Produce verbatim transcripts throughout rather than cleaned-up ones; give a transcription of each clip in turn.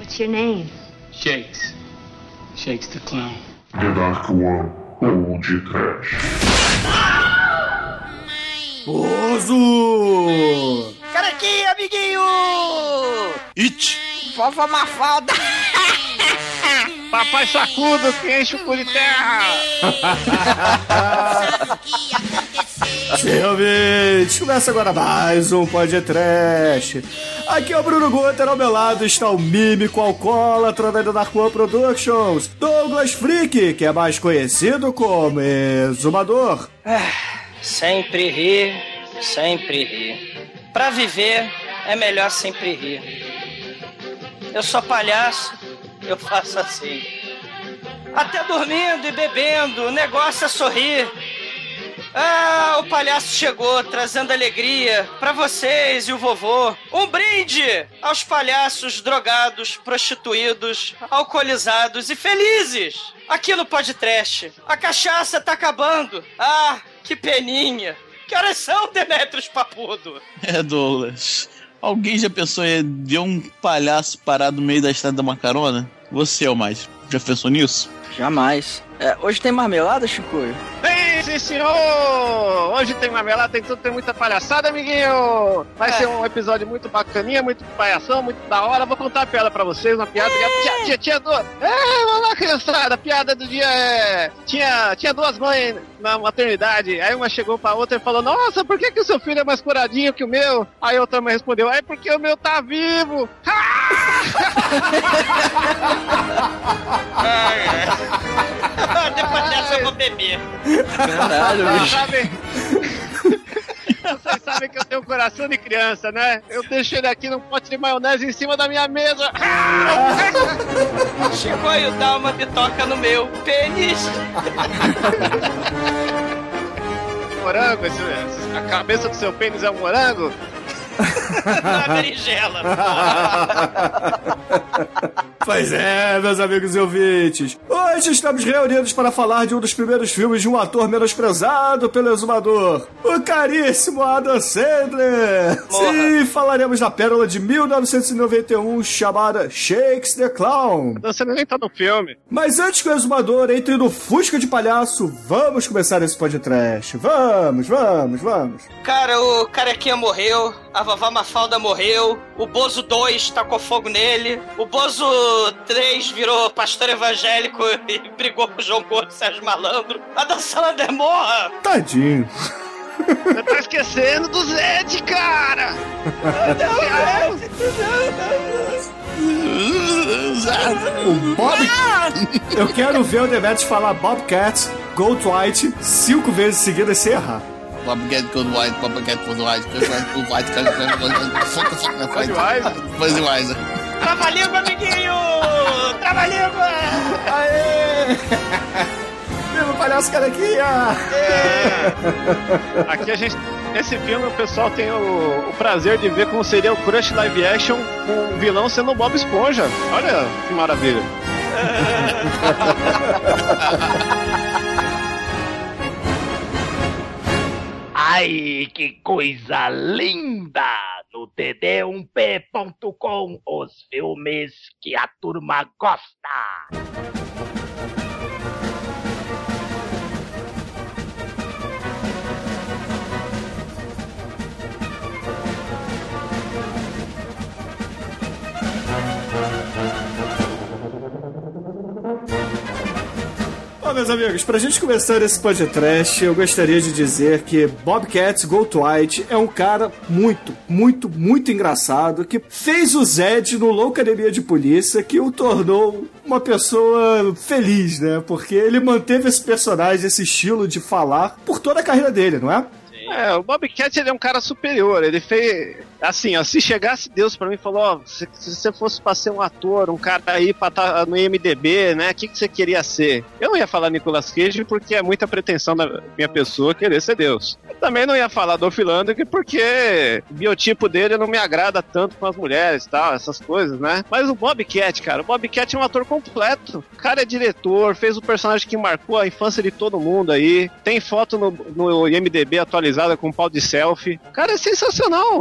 What's your name? Shakes. Shakes the Clown. The Dark One Old Trash. Ozo! Carequinha, amiguinho! It! Vovó Mafalda! Papai Sacudo que enche o cu de terra! Realmente, começa agora mais um podcast. Aqui é o Bruno Guter, ao meu lado está o mímico alcoólatra da Dark One Productions, Douglas Freak, que é mais conhecido como Exumador. Sempre rir, sempre rir. Pra viver é melhor sempre rir. Eu sou palhaço, eu faço assim. Até dormindo e bebendo, o negócio é sorrir. Ah, o palhaço chegou trazendo alegria pra vocês e o vovô. Um brinde aos palhaços drogados, prostituídos, alcoolizados e felizes. Aqui no podcast. A cachaça tá acabando. Ah, que peninha. Que horas são, Demetrius Papudo? É, Douglas. Alguém já pensou em ver um palhaço parado no meio da estrada da macarona? Você é o mais. Já pensou nisso? Jamais. É, hoje tem marmelada, Chico? Ei, sim, senhor! Hoje tem marmelada, tem tudo, tem muita palhaçada, amiguinho! Vai é. ser um episódio muito bacaninha, muito palhação, muito da hora. Vou contar a piada pra vocês, uma piada é. que tinha, tinha, tinha duas... É, vamos lá, criançada, a piada do dia é... Tinha, tinha duas mães na maternidade, aí uma chegou pra outra e falou: nossa, por que que o seu filho é mais curadinho que o meu? Aí a outra mãe respondeu: é porque o meu tá vivo! Depois dessa eu vou beber. Caralho, bicho. Sabe... Vocês sabem que eu tenho um coração de criança, né? Eu deixo ele aqui num pote de maionese em cima da minha mesa. Chico, e dá uma bitoca no meu pênis. Morango? Esse, a cabeça do seu pênis é um morango? Não é berinjela. Pois é, meus amigos e ouvintes. Hoje estamos reunidos para falar de um dos primeiros filmes de um ator menosprezado pelo Exumador, o caríssimo Adam Sandler. Porra. Sim, falaremos da pérola de mil novecentos e noventa e um chamada Shakes the Clown. Você nem tá no filme. Mas antes que o Exumador entre no Fusca de Palhaço, vamos começar esse podcast. Vamos, vamos, vamos. Cara, o Carequinha morreu, a vovó Mafalda morreu, o Bozo dois tacou fogo nele, o Bozo três virou pastor evangélico e brigou com o João Gordo e Sérgio Malandro. A Dan Salander morra! Tadinho. Você tá esquecendo do Zed, cara! O Bob... Eu quero ver o Demetrius falar Bobcat, Gold White cinco vezes seguidas sem errar. Bobcat Gold White, Bobcat Gold White, Gold White, Gold White, Gold White, Gold White. Trava-língua, amiguinho! Trava-língua! Aê! Viva o palhaço Carequinha! É. Aqui a gente... Esse filme o pessoal tem o, o prazer de ver como seria o Crush live action com o vilão sendo o Bob Esponja. Olha que maravilha. Ai, que coisa linda! No T D um P ponto com, os filmes que a turma gosta. Bom, meus amigos, pra gente começar esse podcast, eu gostaria de dizer que Bobcat Goldthwait é um cara muito, muito, muito engraçado que fez o Zed no Loucademia de Polícia, que o tornou uma pessoa feliz, né? Porque ele manteve esse personagem, esse estilo de falar por toda a carreira dele, não é? É, o Bobcat, ele é um cara superior, ele fez... Assim, ó, se chegasse Deus pra mim e falou, ó, se, se você fosse pra ser um ator, um cara aí pra estar no I M D B, né, o que, que você queria ser? Eu não ia falar Nicolas Cage porque é muita pretensão da minha pessoa querer ser Deus. Eu também não ia falar Dolph Lundgren porque o biotipo dele não me agrada tanto com as mulheres e tal, essas coisas, né? Mas o Bobcat, cara, o Bobcat é um ator completo. O cara é diretor, fez o personagem que marcou a infância de todo mundo aí, tem foto no, no I M D B atualizada com pau de selfie. O cara é sensacional. Cara,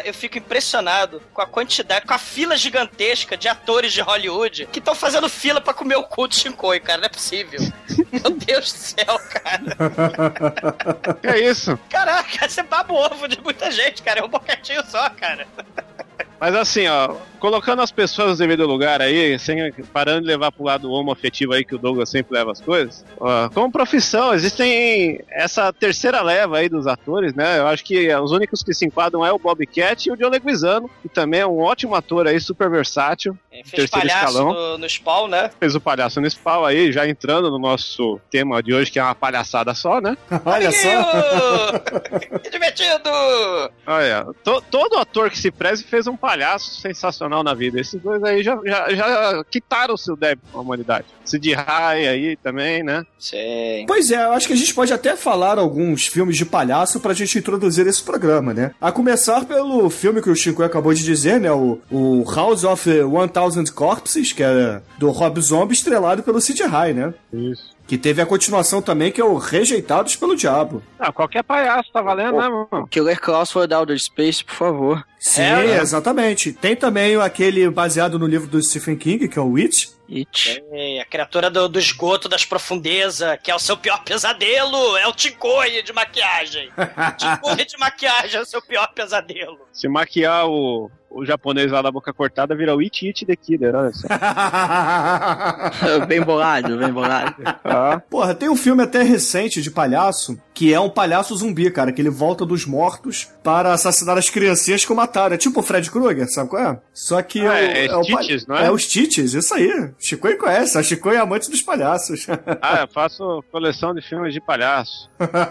Cara, eu fico impressionado com a quantidade, com a fila gigantesca de atores de Hollywood que estão fazendo fila pra comer o cu do Shinkoi, cara. Não é possível. Meu Deus do céu, cara. Que é isso? Caraca, você baba o ovo de muita gente, cara. É um boquetinho só, cara. Mas assim, ó, colocando as pessoas no devido lugar aí, sem, parando de levar pro lado homoafetivo aí que o Douglas sempre leva as coisas, ó, como profissão, existem essa terceira leva aí dos atores, né? Eu acho que os únicos que se enquadram é o Bob Cat e o John Leguizamo, que também é um ótimo ator aí, super versátil. É, fez palhaço no, no Spawn, né? Fez o palhaço no Spawn aí, já entrando no nosso tema de hoje, que é uma palhaçada só, né? Olha só! Que divertido! Olha, to, todo ator que se preze fez um palhaço sensacional na vida. Esses dois aí já, já, já quitaram o seu débito com a humanidade. Sid Haig aí também, né? Sim. Pois é, eu acho que a gente pode até falar alguns filmes de palhaço pra gente introduzir esse programa, né? A começar pelo filme que o Chico acabou de dizer, né? O, o House of One Thousand Corpses, que é do Rob Zombie, estrelado pelo Sid Haig, né? Isso. Que teve a continuação também, que é o Rejeitados pelo Diabo. Ah, qualquer palhaço tá valendo, né, mano? Killer Klaus for Outer Space, por favor. Sim, É, né? exatamente. Tem também aquele baseado no livro do Stephen King, que é o It. It. É, a criatura do, do esgoto, das profundezas, que é o seu pior pesadelo, é o Tinkoi de maquiagem. Tinkoi de maquiagem é o seu pior pesadelo. Se maquiar o, o japonês lá da boca cortada, vira o It It The Killer, olha só. Bem bolado, bem bolado. Ah, Porra, tem um filme até recente de palhaço, que é um palhaço zumbi, cara, que ele volta dos mortos para assassinar as criancinhas que o mataram. É tipo o Fred Krueger, sabe qual é? Só que Ah, é, é o, Stitches, pa- não é? É os Stitches, isso aí. Chico conhece, a Chico é amante dos palhaços. ah, eu faço coleção de filmes de palhaço.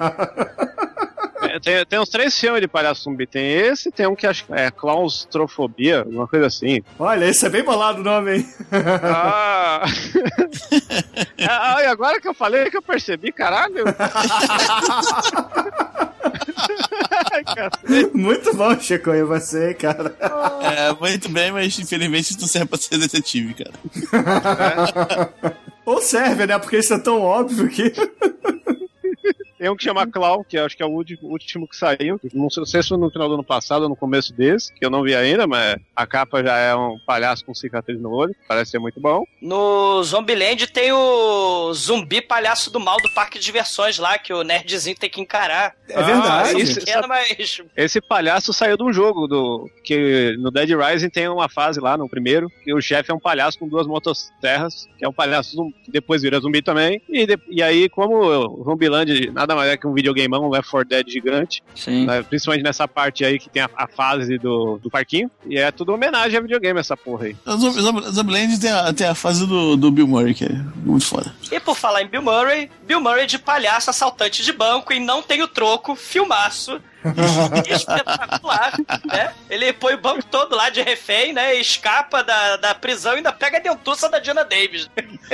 É, Tem, tem uns três filmes de palhaço zumbi. Tem esse, tem um que acho que é claustrofobia, alguma coisa assim. Olha, esse é bem bolado o nome, hein? Ah! ah, e agora que eu falei que eu percebi, caralho. Ai, cacete. Muito bom, Chico, e você, hein, cara. É, muito bem, mas infelizmente não serve pra ser detetive, cara. Ou serve, né? Porque isso é tão óbvio que... Tem um que chama Clown, que eu acho que é o último, último que saiu. Não sei, não sei se foi no final do ano passado ou no começo desse, que eu não vi ainda, mas a capa já é um palhaço com cicatriz no olho. Parece ser muito bom. No Zombieland tem o zumbi palhaço do mal do parque de diversões lá, que o nerdzinho tem que encarar. É verdade. Ah, isso- Pequeno, mas... Esse palhaço saiu de um jogo, do que no Dead Rising tem uma fase lá, no primeiro, que o chefe é um palhaço com duas motosserras, que é um palhaço zumbi, que depois vira zumbi também. E, de- e aí, como o Zumbiland nada mais é que um videogameão, um Left four Dead gigante, Sim. né, principalmente nessa parte aí que tem a, a fase do, do parquinho, e é tudo homenagem a videogame essa porra aí. O Zombie- Zombie- Zombieland tem a, tem a fase do, do Bill Murray, que é muito foda. E por falar em Bill Murray, Bill Murray de palhaço assaltante de banco e não tem o troco, filmaço. Espetacular, né? Ele põe o banco todo lá de refém, né? Escapa da, da prisão e ainda pega a dentuça da Diana Davis.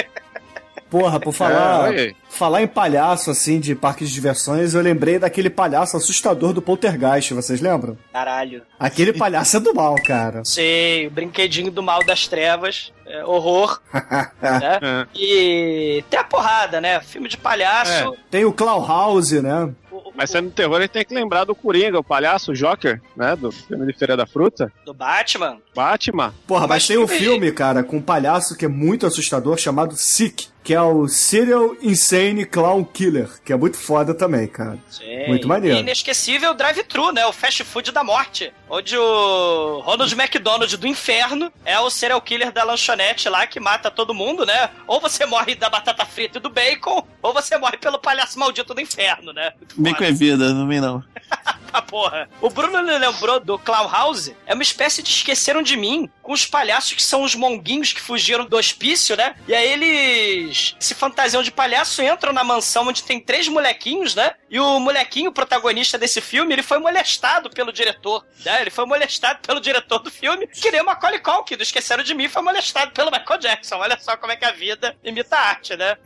Porra, por falar, É, olha aí. falar em palhaço, assim, de parques de diversões, eu lembrei daquele palhaço assustador do Poltergeist, vocês lembram? Caralho. Aquele palhaço é do mal, cara. Sei, o brinquedinho do mal das trevas. É, horror. Né? É. E tem a porrada, né? Filme de palhaço. Tem o Clawhouse, né? o- o- Mas sendo terror, a gente tem que lembrar do Coringa, o palhaço, o Joker, né, do filme de Feira da Fruta. do Batman. Batman. Porra, mas, Mas tem um que- filme, cara, com um palhaço que é muito assustador, chamado Sick, que é o Serial Insane Clown Killer, que é muito foda também, cara. Sim. Muito maneiro. E inesquecível o Drive-Thru, né? O fast food da morte. Onde o Ronald McDonald do inferno é o serial killer da lanchonete lá que mata todo mundo, né? Ou você morre da batata frita e do bacon, ou você morre pelo palhaço maldito do inferno, né? Muito Bem foda. com é vida, não vem não. Ah, porra. O Bruno lembrou do Clown House. É uma espécie de Esqueceram de Mim, com os palhaços que são os monguinhos que fugiram do hospício, né? E aí eles se fantasiam de palhaço, entram na mansão onde tem três molequinhos, né? E o molequinho, o protagonista desse filme, ele foi molestado pelo diretor, né? Ele foi molestado pelo diretor do filme, que nem o Macaulay Culkin do Esqueceram de Mim foi molestado pelo Michael Jackson. Olha só como é que a vida imita a arte, né?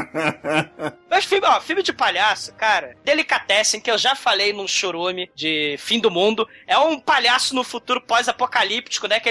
Mas filme, ó, filme de palhaço, cara, Delicatessen, que eu já falei num churume de fim do mundo, é um palhaço no futuro pós-apocalíptico, né, que ele vai trabalhar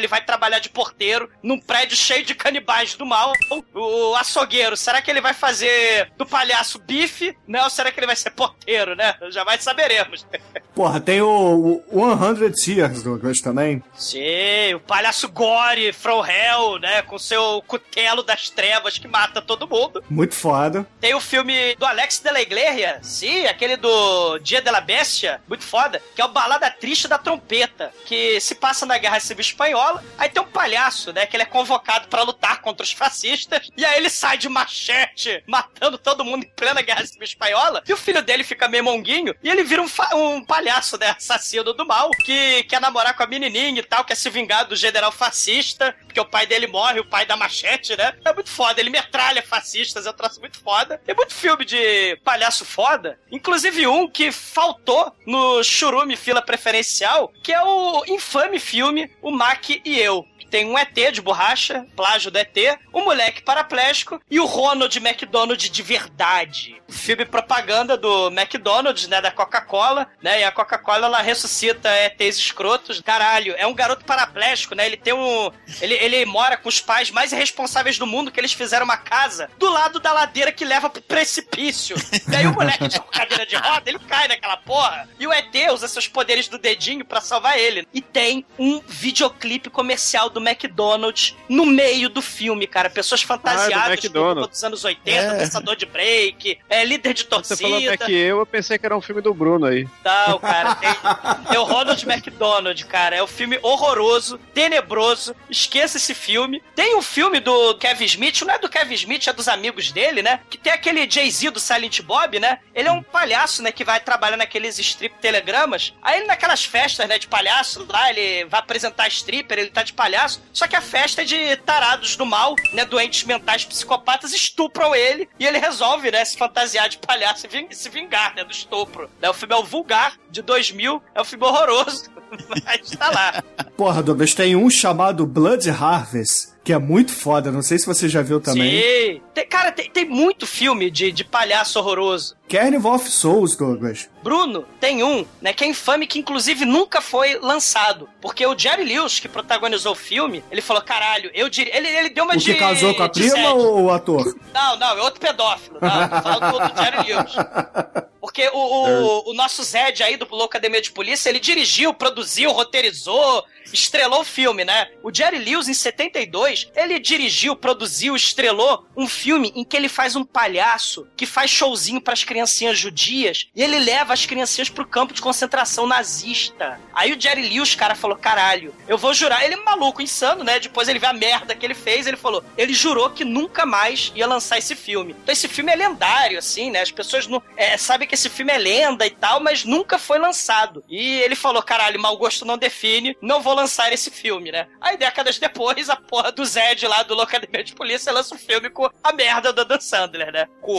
trabalhar de porteiro num prédio cheio de canibais do mal. O açougueiro, será que ele vai fazer do palhaço bife, né? Ou será que ele vai ser porteiro, né? Jamais saberemos. Porra, tem o, o cem Years, Douglas, também. Sim, o palhaço Gore from Hell, né? Com seu cutelo das trevas que mata todo mundo. Muito foda. Tem o filme do Alex de la Iglesia, sim, aquele do Dia de la Bestia, muito foda, que é o Balada Triste da Trompeta, que se passa na Guerra Civil Espanhola. Aí tem um palhaço, né, que ele é convocado pra lutar contra os fascistas, e aí ele sai de machete, matando todo mundo em plena Guerra Civil Espanhola, e o filho dele fica meio monguinho, e ele vira um, um palhaço, né, assassino do mal, que quer namorar com a menininha e tal, quer se vingar do general fascista, porque o pai dele morre, o pai da machete, né? É muito foda, ele metralha fascistas, é um troço muito foda. Tem muito filme de palhaço foda, inclusive um que faltou no Churume Fila Preferencial, que é o infame filme O Mac e Eu. Tem um E T de borracha, plágio do E T, um moleque paraplégico e o Ronald McDonald de verdade. Filme propaganda do McDonald's, né, da Coca-Cola, né, e a Coca-Cola, ela ressuscita E Tês escrotos. Caralho, é um garoto paraplégico, né, ele tem um... Ele, ele mora com os pais mais irresponsáveis do mundo, que eles fizeram uma casa do lado da ladeira que leva pro precipício. E aí o moleque de cadeira de roda, ele cai naquela porra, e o E T usa seus poderes do dedinho pra salvar ele. E tem um videoclipe comercial do McDonald's no meio do filme, cara. Pessoas fantasiadas ah, dos anos oitenta, é. dançador de break, é, líder de torcida. Você falou Mac e Eu, eu pensei que era um filme do Bruno aí. Não, cara, tem, tem o Ronald McDonald, cara. É um filme horroroso, tenebroso. Esqueça esse filme. Tem um filme do Kevin Smith, não é do Kevin Smith, é dos amigos dele, né? Que tem aquele Jay-Z do Silent Bob, né? Ele é um palhaço, né? Que vai trabalhar naqueles strip telegramas. Aí ele naquelas festas, né? De palhaço, lá ele vai apresentar stripper, ele tá de palhaço. Só que a festa é de tarados do mal, né? Doentes mentais, psicopatas, estupram ele. E ele resolve, né? Se fantasiar de palhaço e se vingar, né? Do estupro. O filme é o Vulgar, de dois mil. É um filme horroroso. Mas tá lá. Porra, Douglas, tem um chamado Blood Harvest, que é muito foda. Não sei se você já viu também. Sim. Tem, cara, tem, tem muito filme de, de palhaço horroroso. Carnival of Souls, Douglas. Bruno, tem um, né, que é infame, que inclusive nunca foi lançado. Porque o Jerry Lewis, que protagonizou o filme, ele falou, caralho, eu diria... Ele, ele deu uma o de... O que casou com a prima sede. Ou o ator? Não, não, é outro pedófilo. Não, tô falando do, do Jerry Lewis. Porque o, o, o nosso Zed aí do Loucademia de Polícia, ele dirigiu, produziu, roteirizou, estrelou o filme, né? O Jerry Lewis, em setenta e dois, ele dirigiu, produziu, estrelou um filme em que ele faz um palhaço que faz showzinho pras criancinhas judias e ele leva as criancinhas pro campo de concentração nazista. Aí o Jerry Lewis, cara, falou, caralho, eu vou jurar. Ele é maluco, insano, né? Depois ele vê a merda que ele fez, ele falou, ele jurou que nunca mais ia lançar esse filme. Então esse filme é lendário, assim, né? As pessoas não, é, sabem que esse filme é lenda e tal, mas nunca foi lançado. E ele falou, caralho, mau gosto não define, não vou lançar esse filme, né? Aí décadas depois, a porra do Zed lá do Loucademia de Polícia lança um filme com a merda do Dan Sandler, né? Com...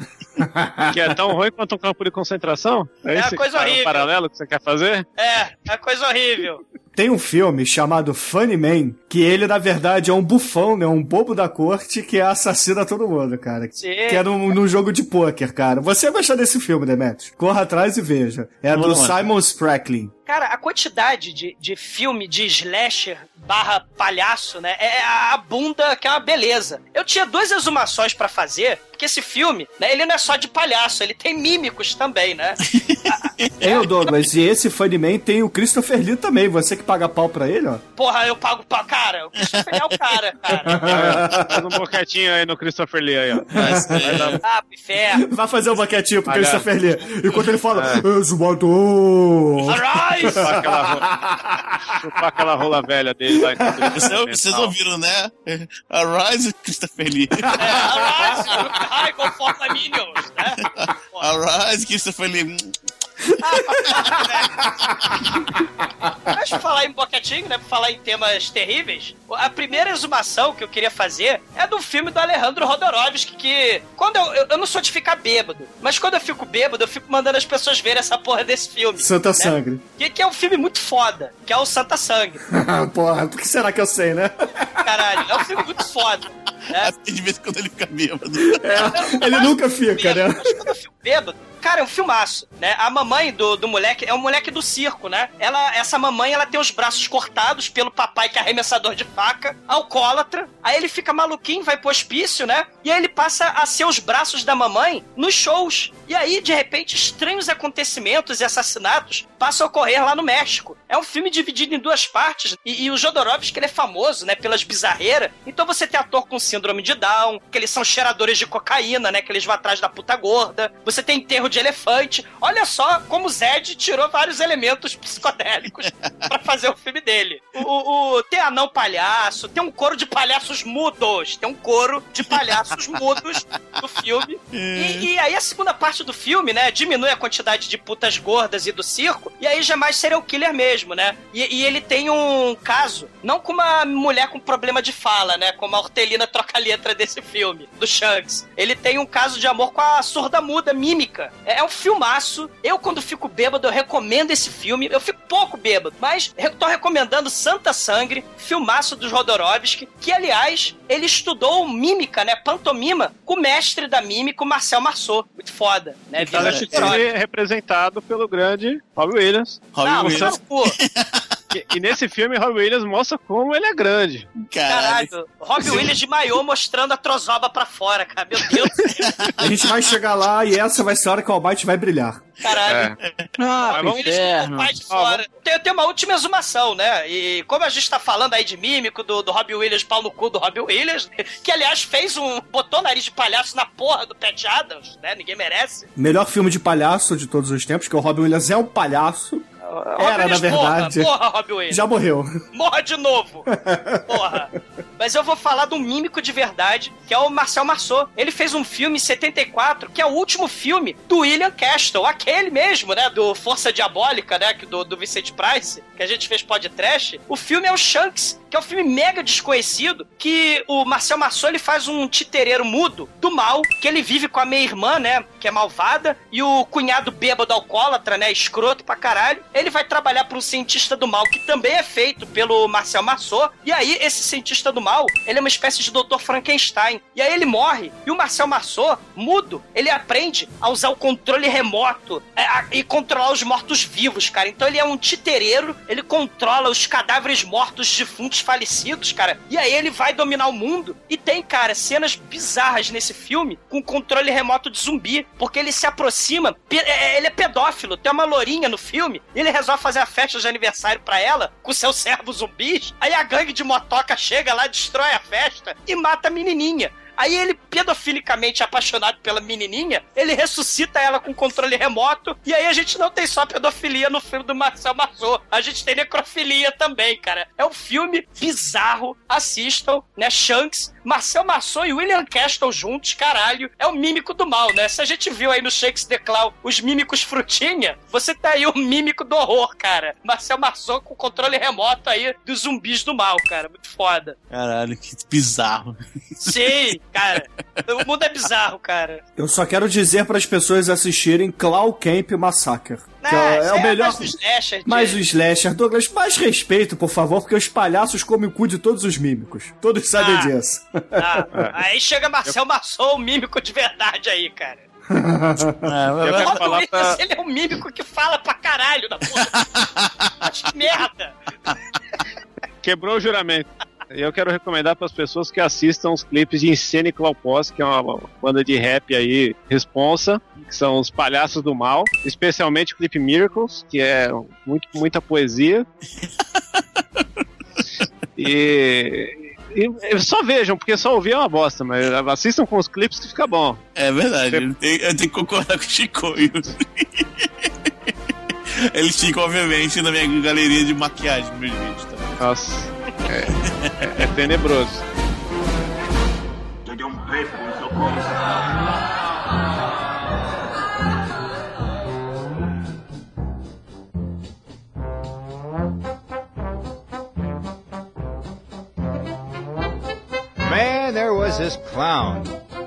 Que é tão ruim quanto um campo de concentração? É, é esse uma coisa horrível. O paralelo que você quer fazer? É, é uma coisa horrível. Tem um filme chamado Funny Man, que ele, na verdade, é um bufão, né? Um bobo da corte que assassina todo mundo, cara. Sim. Que é num, num jogo de pôquer, cara. Você vai gostar desse filme, Demetrius. Corra atrás e veja. É do Simon Sprackling. Cara, a quantidade de, de filme de slasher barra palhaço, né? É a bunda que é uma beleza. Eu tinha duas exumações pra fazer, porque esse filme, né? Ele não é só de palhaço, ele tem mímicos também, né? Tem o Douglas, e esse Funny Man tem o Christopher Lee também. Você que paga pau pra ele, ó. Porra, eu pago pau. Cara, o Christopher Lee é o cara, cara. Faz um boquetinho aí no Christopher Lee aí, ó. Vai dar... Ah, inferno. Vai fazer um boquetinho pro Aliás. Christopher Lee. Enquanto ele fala, É. exumador. Arise! Chupar aquela, rola... Chupar aquela rola velha dele lá. Você, vocês ouviram, né? Arise, Christopher Lee. É, arise! Hi, go for my minions, né? Arise, Christopher Lee. Mas pra falar em boquetinho, né? Pra falar em temas terríveis, a primeira exumação que eu queria fazer é do filme do Alejandro Jodorowsky, que quando eu, eu, eu não sou de ficar bêbado, mas quando eu fico bêbado, eu fico mandando as pessoas verem essa porra desse filme. Santa né? Sangre. Que, que é um filme muito foda, que é o Santa Sangre. Porra, por que será que eu sei, né? Caralho, é um filme muito foda. Né? De vez em quando ele fica bêbado. É, ele nunca fica, bêbado, né? Mas quando eu fico bêbado, cara, é um filmaço, né? A mamãe do, do moleque é um moleque do circo, né? Ela, essa mamãe, ela tem os braços cortados pelo papai que é arremessador de faca, alcoólatra. Aí ele fica maluquinho, vai pro hospício, né? E aí ele passa a ser os braços da mamãe nos shows. E aí, de repente, estranhos acontecimentos e assassinatos passam a ocorrer lá no México. É um filme dividido em duas partes. E, e o Jodorowsky, ele é famoso, né? Pelas bizarreiras. Então você tem ator com síndrome de Down, que eles são cheiradores de cocaína, né? Que eles vão atrás da puta gorda. Você tem enterro de elefante. Olha só como o Zed tirou vários elementos psicodélicos pra fazer o filme dele. O, o, o, tem anão palhaço, tem um coro de palhaços mudos. Tem um coro de palhaços mudos no filme. E, e aí a segunda parte do filme, né? Diminui a quantidade de putas gordas e do circo. E aí já é mais serial killer mesmo, né? E, e ele tem um caso, não com uma mulher com problema de fala, né? Como a Hortelina troca-letra desse filme, do Shanks. Ele tem um caso de amor com a surda-muda, mímica. É, é um filmaço. Eu, quando fico bêbado, eu recomendo esse filme. Eu fico pouco bêbado, mas eu tô recomendando Santa Sangre, filmaço dos Jodorowsky, que, aliás, ele estudou mímica, né? Pantomima, com o mestre da mímica, o Marcel Marceau. Muito foda, né? Então, ele é representado pelo grande Robin Williams. Robin Não, Williams. E, e nesse filme, Robin Williams mostra como ele é grande. Caralho. Caralho. Robin Williams de maiô mostrando a trozoba pra fora, cara. Meu Deus. A gente vai chegar lá e essa vai ser a hora que o Almighty vai brilhar. Caralho. É. Ah, Robin Williams de fora. Tem, tem uma última exumação, né? E como a gente tá falando aí de mímico, do, do Robin Williams, pau no cu do Robin Williams, que aliás fez um... botou nariz de palhaço na porra do Pat Adams, né? Ninguém merece. Melhor filme de palhaço de todos os tempos, que o Robin Williams é um palhaço. Era, na verdade. Morra, morra, Robin Williams. Já morreu. Morra de novo. Porra. Mas eu vou falar de um mímico de verdade, que é o Marcel Marceau. Ele fez um filme em setenta e quatro, que é o último filme do William Castle, aquele mesmo, né, do Força Diabólica, né, do, do Vincent Price, que a gente fez podcast. O filme é o Shanks, que é um filme mega desconhecido, que o Marcel Marceau, ele faz um titereiro mudo do mal, que ele vive com a meia-irmã, né, que é malvada, e o cunhado bêbado alcoólatra, né, escroto pra caralho. Ele vai trabalhar para um cientista do mal, que também é feito pelo Marcel Marceau, e aí esse cientista do mal, ele é uma espécie de doutor Frankenstein, e aí ele morre, e o Marcel Marceau, mudo, ele aprende a usar o controle remoto é, a, e controlar os mortos-vivos, cara. Então ele é um titereiro, ele controla os cadáveres mortos, defuntos, falecidos, cara, e aí ele vai dominar o mundo, e tem, cara, cenas bizarras nesse filme, com controle remoto de zumbi, porque ele se aproxima, ele é pedófilo, tem uma lourinha no filme, ele resolve fazer a festa de aniversário pra ela, com seus servos zumbis, aí a gangue de motoca chega lá, destrói a festa e mata a menininha. Aí ele, pedofilicamente apaixonado pela menininha, ele ressuscita ela com controle remoto, e aí a gente não tem só pedofilia no filme do Marcel Marceau, a gente tem necrofilia também, cara. É um filme bizarro, assistam, né, Shanks, Marcel Marceau e William Castle juntos, caralho, é o mímico do mal, né? Se a gente viu aí no Shakes the Clown os mímicos frutinha, você tá aí o mímico do horror, cara. Marcel Marceau com controle remoto aí dos zumbis do mal, cara, muito foda. Caralho, que bizarro. Sim, cara, o mundo é bizarro, cara. Eu só quero dizer para as pessoas assistirem Claw Camp Massacre. Não, que é, é o melhor. Mais o slasher, de... mais o slasher. Douglas, mais respeito, por favor, porque os palhaços comem o cu de todos os mímicos. Todos sabem ah, disso. Ah, aí chega Marcel Marceau, o mímico de verdade aí, cara. É, eu quero falar pra... Ele é um mímico que fala pra caralho da porra. Mas que merda. Quebrou o juramento. E eu quero recomendar para as pessoas que assistam os clipes de Insane Clown Posse, que é uma banda de rap aí, responsa, que são os palhaços do mal, especialmente o clipe Miracles, que é muito, muita poesia. E, e só vejam, porque só ouvir é uma bosta, mas assistam com os clipes que fica bom. É verdade, Você... eu, tenho, eu tenho que concordar com o Chicoio. Eles ficam, obviamente, na minha galeria de maquiagem nos meus vídeos também. Nossa. É, é, é tenebroso. Man, there was this clown.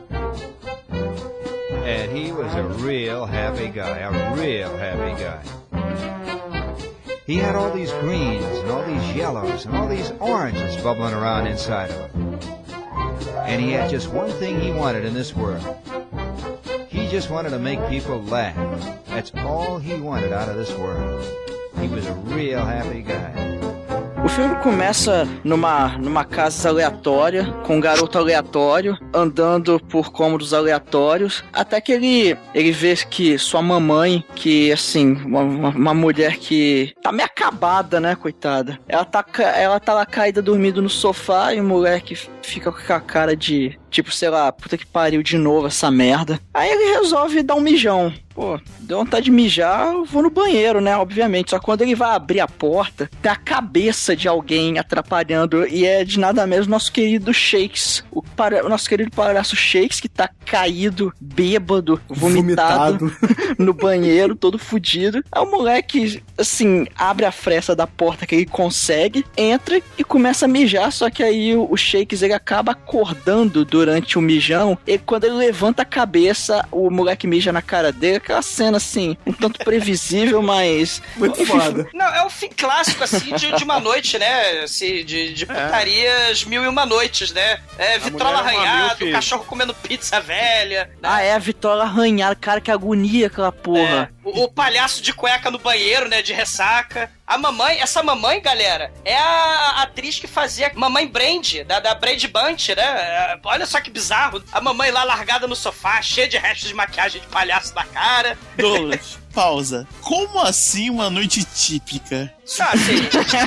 And he was a real happy guy, a real happy guy. He had all these greens and all these yellows and all these oranges bubbling around inside of him. And he had just one thing he wanted in this world. He just wanted to make people laugh. That's all he wanted out of this world. He was a real happy guy. O filme começa numa, numa casa aleatória, com um garoto aleatório, andando por cômodos aleatórios, até que ele, ele vê que sua mamãe, que, assim, uma, uma, uma mulher que tá meio acabada, né, coitada. Ela tá, ela tá lá caída dormindo no sofá e o moleque fica com a cara de, tipo, sei lá, puta que pariu de novo essa merda. Aí ele resolve dar um mijão. Pô, deu vontade de mijar, eu vou no banheiro, né, obviamente. Só que quando ele vai abrir a porta, tem a cabeça de alguém atrapalhando, e é de nada menos nosso querido Shakes. O, para... o nosso querido palhaço Shakes, que tá caído, bêbado, vomitado, vomitado. no banheiro, todo fudido. Aí o moleque, assim, abre a fresta da porta que ele consegue, entra e começa a mijar, só que aí o, o Shakes, ele acaba acordando durante o mijão, e quando ele levanta a cabeça, o moleque mija na cara dele. Aquela cena, assim, um tanto previsível, mas... Muito foda. Não, é o fim clássico, assim, de, de uma noite, né? Assim, de, de putarias é. mil e uma noites, né? É, vitrola arranhada, o cachorro comendo pizza velha. Né? Ah, é, a vitrola arranhada. Cara, que agonia aquela porra. É. O, o palhaço de cueca no banheiro, né? De ressaca. A mamãe, essa mamãe, galera, é a atriz que fazia Mamãe Brand, da, da Brand Bunch, né? Olha só que bizarro. A mamãe lá largada no sofá, cheia de restos de maquiagem de palhaço na cara. Douglas, pausa. Como assim uma noite típica? Ah, sim.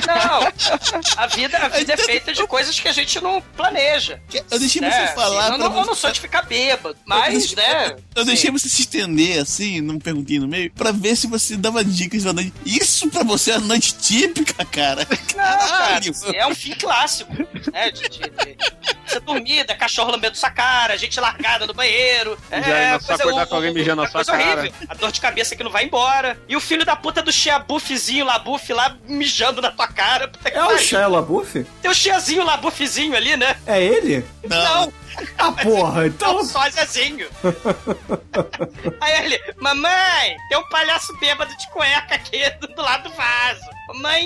Não, a vida, a vida é feita de coisas que a gente não planeja. Eu deixei né? você falar. Assim, eu, não, eu não sou de ficar bêbado, mas, eu deixei, né? Eu deixei você se estender, assim, num perguntinho no meio, pra ver se você dava dicas da noite. Isso pra você é a noite típica, cara? Não, cara, é um fim clássico, né? De, de, de, você dormida, cachorro lambendo sua cara, gente largada no banheiro. Já é, só acordar com alguém mijando na sua cara. Horrível. A dor de cabeça que não vai embora. E o filho da puta do Shia Buffzinho lá, Buff lá, mijando na tua cara. É o Shia LaBeouf? Tem o Shiazinho lá, Buffzinho ali, né? É ele? Não. não. Ah, porra, então... É um sósiazinho. Aí ele, mamãe, tem um palhaço bêbado de cueca aqui do, do lado do vaso. Mãe!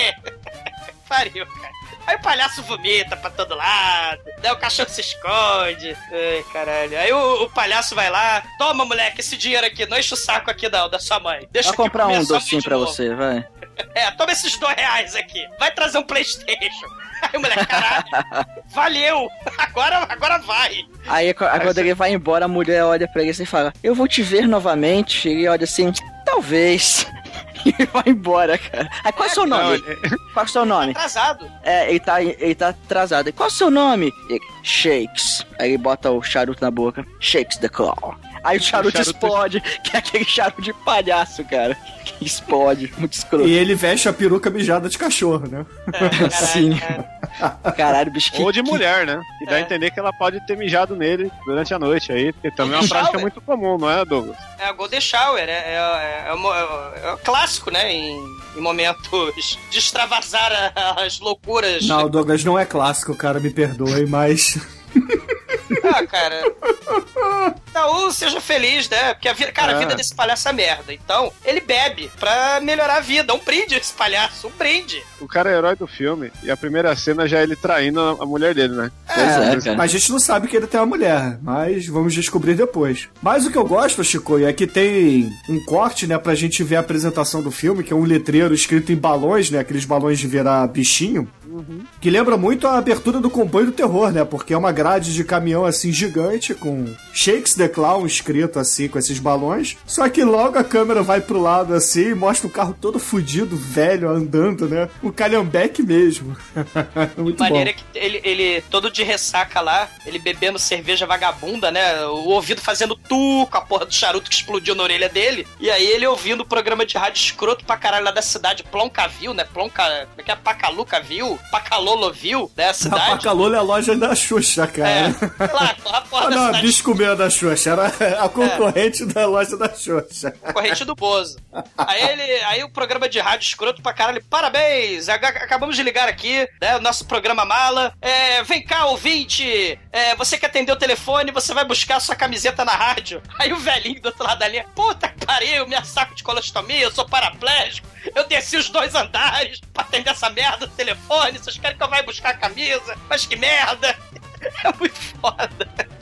Pariu, cara. Aí o palhaço vomita pra todo lado, daí o cachorro se esconde. Ai, caralho. Aí o, o palhaço vai lá, toma, moleque, esse dinheiro aqui, não enche o saco aqui da, da sua mãe. Deixa Vou comprar um docinho pra você, vai. É, toma esses dois reais aqui. Vai trazer um PlayStation. Aí o moleque, caralho, valeu, agora, agora vai. Aí quando ele vai embora, a mulher olha pra ele assim e fala, eu vou te ver novamente. Ele olha assim, talvez. E vai embora, cara. Aí qual é o seu nome? Não, é... Qual é o seu nome? Tá atrasado. É, ele tá, ele tá atrasado. E qual é o seu nome? Ele, Shakes. Aí ele bota o charuto na boca. Shakes the Claw. Aí o charuto, o charuto explode, que é aquele charuto de palhaço, cara. Que explode, muito escroto. E ele veste a peruca mijada de cachorro, né? É, caralho, sim. Cara. Caralho, bicho. Ou de mulher, né? E dá é. a entender que ela pode ter mijado nele durante a noite aí, porque também é uma prática muito comum, não é, Douglas? É a Golden Shower, é, é, é, é, é, é clássico, né? Em, em momentos de extravasar as loucuras. Não, Douglas, não é clássico, cara, me perdoe, mas... Ah, cara. Então, seja feliz, né? Porque a vida, cara, é. a vida desse palhaço é merda. Então, ele bebe pra melhorar a vida. Um brinde esse palhaço, um brinde. O cara é herói do filme e a primeira cena já é ele traindo a mulher dele, né? É, é, mas a gente não sabe que ele tem uma mulher, mas vamos descobrir depois. Mas o que eu gosto, Chico, é que tem um corte, né, pra gente ver a apresentação do filme, que é um letreiro escrito em balões, né? Aqueles balões de virar bichinho. Uhum. Que lembra muito a abertura do Comboio do Terror, né? Porque é uma grade de caminhão assim gigante com Shakes the Clown escrito assim com esses balões. Só que logo a câmera vai pro lado assim e mostra o carro todo fudido, velho, andando, né? O calhambeque mesmo. Muito bom. Maneira que ele, ele todo de ressaca lá, ele bebendo cerveja vagabunda, né? O ouvido fazendo tu com a porra do charuto que explodiu na orelha dele. E aí ele ouvindo o programa de rádio escroto pra caralho lá da cidade, Ploncaville, né? Plonca... Como é que é? Pacalucaville? Pacaloloville, né? A cidade. A Pacalolo é a loja da Xuxa, cara. É, lá, a porra ah, da não, cidade. a Biscomeu da Xuxa, era a concorrente é. da loja da Xuxa. Concorrente do Bozo. Aí ele, aí o programa de rádio escroto pra caralho, parabéns, acabamos de ligar aqui, né, o nosso programa mala, é, vem cá, ouvinte, é, você que atendeu o telefone, você vai buscar a sua camiseta na rádio. Aí o velhinho do outro lado da linha, puta que pariu, minha saco de colostomia, eu sou paraplégico, eu desci os dois andares pra atender essa merda do telefone, vocês querem que eu vá buscar a camisa? Mas que merda! É muito foda.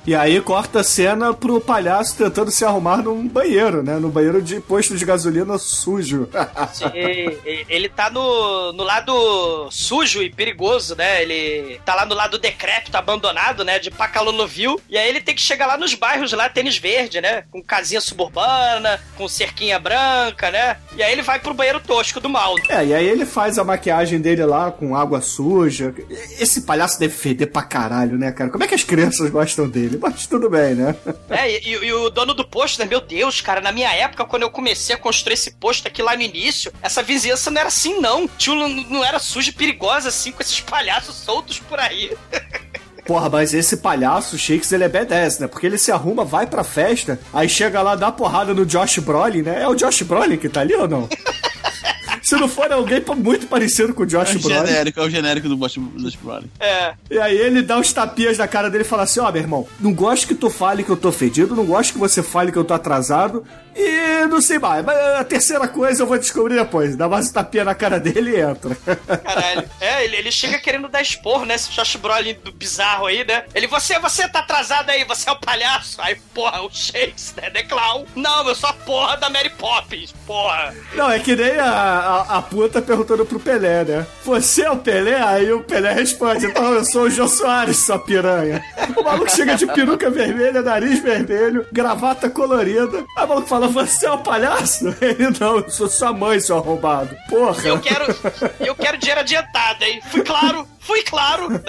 E aí corta a cena pro palhaço tentando se arrumar num banheiro, né? No banheiro de posto de gasolina sujo. Sim, ele tá no, no lado sujo e perigoso, né? Ele tá lá no lado decrépito, abandonado, né? De Pacalonoville. E aí ele tem que chegar lá nos bairros lá, tênis verde, né? Com casinha suburbana, com cerquinha branca, né? E aí ele vai pro banheiro tosco do mal. É, e aí ele faz a maquiagem dele lá com água suja. Esse palhaço deve feder pra caralho, né, cara? Como é que as crianças gostam dele? Mas tudo bem, né? É, e, e, e o dono do posto, né? Meu Deus, cara, na minha época, quando eu comecei a construir esse posto aqui lá no início, essa vizinhança não era assim, não. Tio não, não era suja e perigosa, assim, com esses palhaços soltos por aí. Porra, mas esse palhaço, o Shakes, ele é badass, né? Porque ele se arruma, vai pra festa, aí chega lá, dá porrada no Josh Brolin, né? É o Josh Brolin que tá ali ou não? Se não for alguém muito parecido com o Josh é o Brolin. Genérico, é o genérico do Josh Brolin. É. E aí ele dá uns tapinhas na cara dele e fala assim, ó, oh, meu irmão, não gosto que tu fale que eu tô fedido, não gosto que você fale que eu tô atrasado, e não sei mais, mas a terceira coisa eu vou descobrir depois. Dá mais um tapinha na cara dele e entra. Caralho. É, ele, ele chega querendo dar esporro, né? Esse Josh Brolin do bizarro aí, né? Ele, você, você tá atrasado aí, você é o palhaço. Aí, porra, o Shakes, né? The Clown. Não, eu sou a porra da Mary Poppins, porra. Não, é que nem a, a, a puta perguntando pro Pelé, né? Você é o Pelé? Aí o Pelé responde, então eu sou o Jô Soares, sua piranha. O maluco chega de peruca vermelha, nariz vermelho, gravata colorida. Aí o maluco fala, você é o palhaço? Ele, não, eu sou sua mãe, seu arrombado. Porra. Eu quero, eu quero dinheiro adiantado, hein? Fui claro, fui claro, né?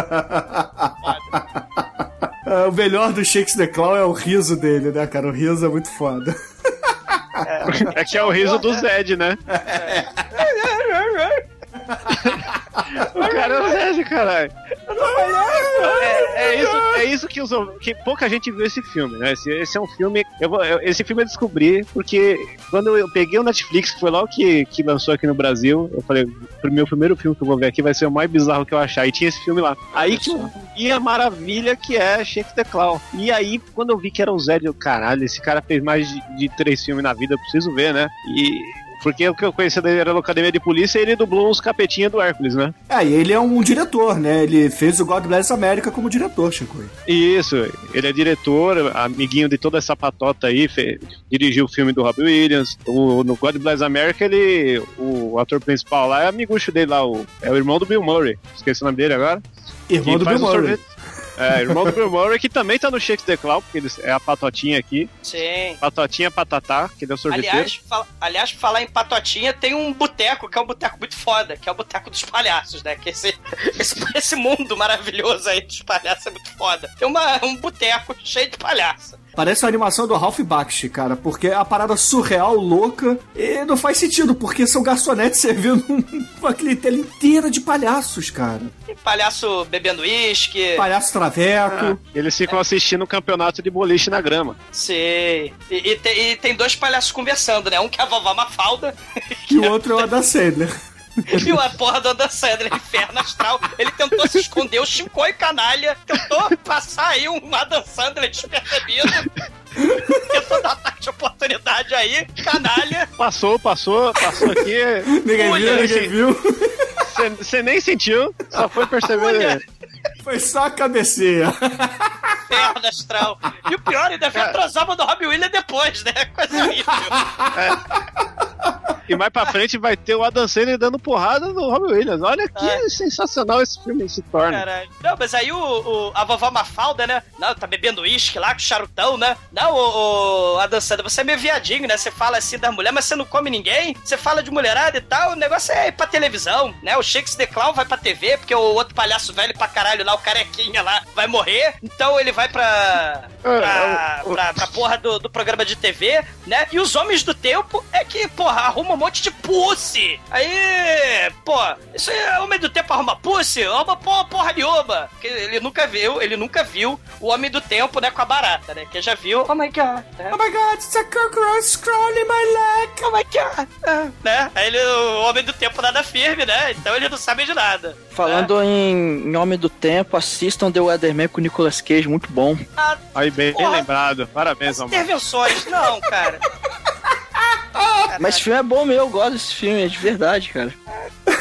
É, o melhor do Shakes the Clown é o riso dele, né, cara? O riso é muito foda. É, é que é o riso do Zed, né? É. O cara é o Zed, caralho. É, é, isso, é isso que, os, que pouca gente viu esse filme, né? Esse, esse é um filme. Eu vou, eu, esse filme eu descobri porque quando eu peguei o Netflix, que foi logo que, que lançou aqui no Brasil, eu falei: o meu primeiro filme que eu vou ver aqui vai ser o mais bizarro que eu achar. E tinha esse filme lá. Aí que eu vi a maravilha que é Shakes the Clown. E aí, quando eu vi que era o Zed, eu, caralho, esse cara fez mais de, de três filmes na vida, eu preciso ver, né? E. Porque o que eu conhecia dele era na Academia de Polícia e ele dublou uns capetinhas do Hércules, né? É, e ele é um diretor, né? Ele fez o God Bless America como diretor, Chico. Isso, ele é diretor, amiguinho de toda essa patota aí, fez, dirigiu o filme do Robbie Williams. O, no God Bless America, ele, o ator principal lá é amigucho dele lá, o, é o irmão do Bill Murray. Esqueci o nome dele agora. Irmão do Bill Murray. É, irmão do Bill Murray, que também tá no Shakes the Clown, porque ele é a patotinha aqui. Sim. Patotinha Patatá, que ele é o sorveteiro. Aliás, fala, aliás, falar em patotinha, tem um boteco, que é um boteco muito foda, que é o boteco dos palhaços, né? Que esse, esse, esse mundo maravilhoso aí dos palhaços é muito foda. Tem uma, um boteco cheio de palhaço. Parece a animação do Ralph Bakshi, cara, porque é a parada surreal, louca, e não faz sentido, porque são garçonetes servindo uma clientela inteira de palhaços, cara. Tem palhaço bebendo uísque. Palhaço traveco. Ah, eles ficam é. assistindo o campeonato de boliche na grama. Sim. E, e, tem, e tem dois palhaços conversando, né? Um que é a vovó Mafalda. E o outro é o Adam Sandler. E a porra do Adam Sandler, inferno astral. Ele tentou se esconder, o Chico e canalha tentou passar aí um Adam Sandler despercebido. Tentou dar ataque de oportunidade aí, canalha. Passou, passou, passou aqui. Ninguém Olha, viu, ninguém viu. Você nem sentiu, só foi perceber. Foi só a cabecinha. Inferno astral. E o pior, ainda foi a transava do Robbie Williams depois, né? Coisa horrível. É. E mais pra frente vai ter o Adam Sandler dando porrada no Robbie Williams. Olha que é. sensacional esse filme se torna. Caralho. Não, mas aí o, o, a vovó Mafalda, né? Não, tá bebendo uísque lá com charutão, né? Não, o, o Adam Sandler, você é meio viadinho, né? Você fala assim da mulher, mas você não come ninguém. Você fala de mulherada e tal. O negócio é ir pra televisão, né? O Shakes the Clown vai pra T V, porque o outro palhaço velho pra caralho lá, o carequinha lá, vai morrer. Então ele vai pra... pra, pra, pra porra do, do programa de T V, né? E os homens do tempo é que, porra, arruma um monte de pussy. Aí, pô, isso é homem do tempo arruma pussy? Arruma porra, porra nenhuma. Porque ele nunca viu, ele nunca viu o homem do tempo, né, com a barata, né? Que já viu, oh my god, né? Oh my god, it's a cockroach crawling my leg. Oh my god. É, né? Aí ele, o homem do tempo nada firme, né? Então ele não sabe de nada. Falando né? em, em Homem do Tempo, assistam The Weatherman com o Nicolas Cage, muito bom. Ah, aí, bem, bem lembrado. Parabéns, amor. Intervenções, não, cara. Mas esse filme é bom meu, eu gosto desse filme, é de verdade, cara.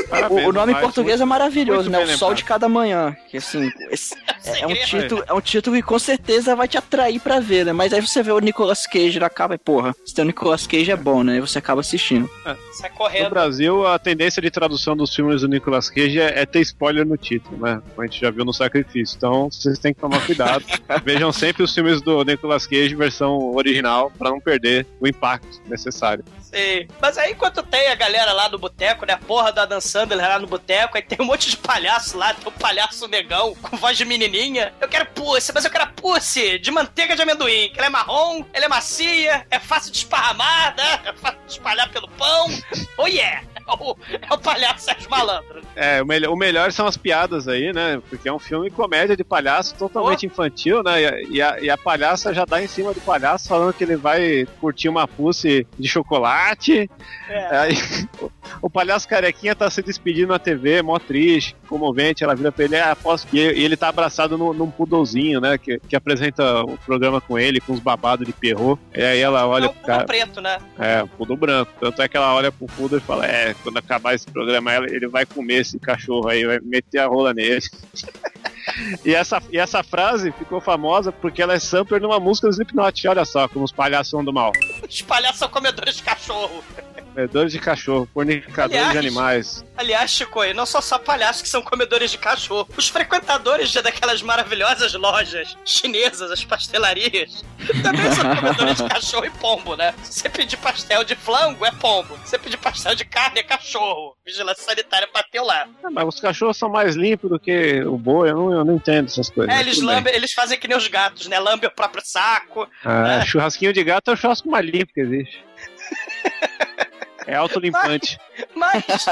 o, o nome em português muito, é maravilhoso, né? O lembrado. Sol de Cada Manhã. Que assim, esse, é, é, um título, é um título que com certeza vai te atrair pra ver, né? Mas aí você vê o Nicolas Cage na capa e, porra, se tem o Nicolas Cage é bom, né? E você acaba assistindo. Sai correndo. No Brasil, a tendência de tradução dos filmes do Nicolas Cage é, é ter spoiler no título, né? Como a gente já viu no Sacrifício. Então, vocês têm que tomar cuidado. Vejam sempre os filmes do Nicolas Cage, versão original, pra não perder o impacto necessário. Sim. Mas aí, enquanto tem a galera lá no boteco, né? A porra do Adam Sandler lá no boteco, aí tem um monte de palhaço lá, tem um palhaço negão com voz de menininha. Eu quero pussy, mas eu quero pussy de manteiga de amendoim, que ela é marrom, ela é macia, é fácil de esparramar, né? É fácil de espalhar pelo pão. Oh yeah! É o, é o palhaço Sérgio Malandro. É, o, melhor, o melhor são as piadas aí, né? Porque é um filme comédia de palhaço totalmente oh. infantil, né? E a, e, a, e a palhaça já dá em cima do palhaço falando que ele vai curtir uma pussy de chocolate. É. Aí, o, o palhaço carequinha tá se despedindo na T V, mó triste, comovente. Ela vira pra ele, ah, posso... e ele tá abraçado no, num poodlezinho, né? Que, que apresenta o programa com ele, com os babados de perro. E aí ela olha é um pro cara. preto, né? É, um poodle branco. Tanto é que ela olha pro poodle e fala, é, quando acabar esse programa, ele vai comer esse cachorro aí, vai meter a rola nele. E essa, e essa frase ficou famosa porque ela é sampler numa música do Slipknot. Olha só, como os palhaços são do mal. Os palhaços são comedores de cachorro. Comedores de cachorro, fornicadores aliás, de animais. Aliás, Chico, não são só palhaços que são comedores de cachorro. Os frequentadores de daquelas maravilhosas lojas chinesas, as pastelarias, também são comedores de cachorro e pombo, né? Se você pedir pastel de flango, é pombo. Se você pedir pastel de carne, é cachorro. Vigilância sanitária bateu lá. É, mas os cachorros são mais limpos do que o boi, eu não, eu não entendo essas coisas. É, eles, lambe, eles fazem que nem os gatos, né? Lambem o próprio saco. Ah, né? Churrasquinho de gato é o churrasco mais limpo que existe. É autolimpante. Mas... mas...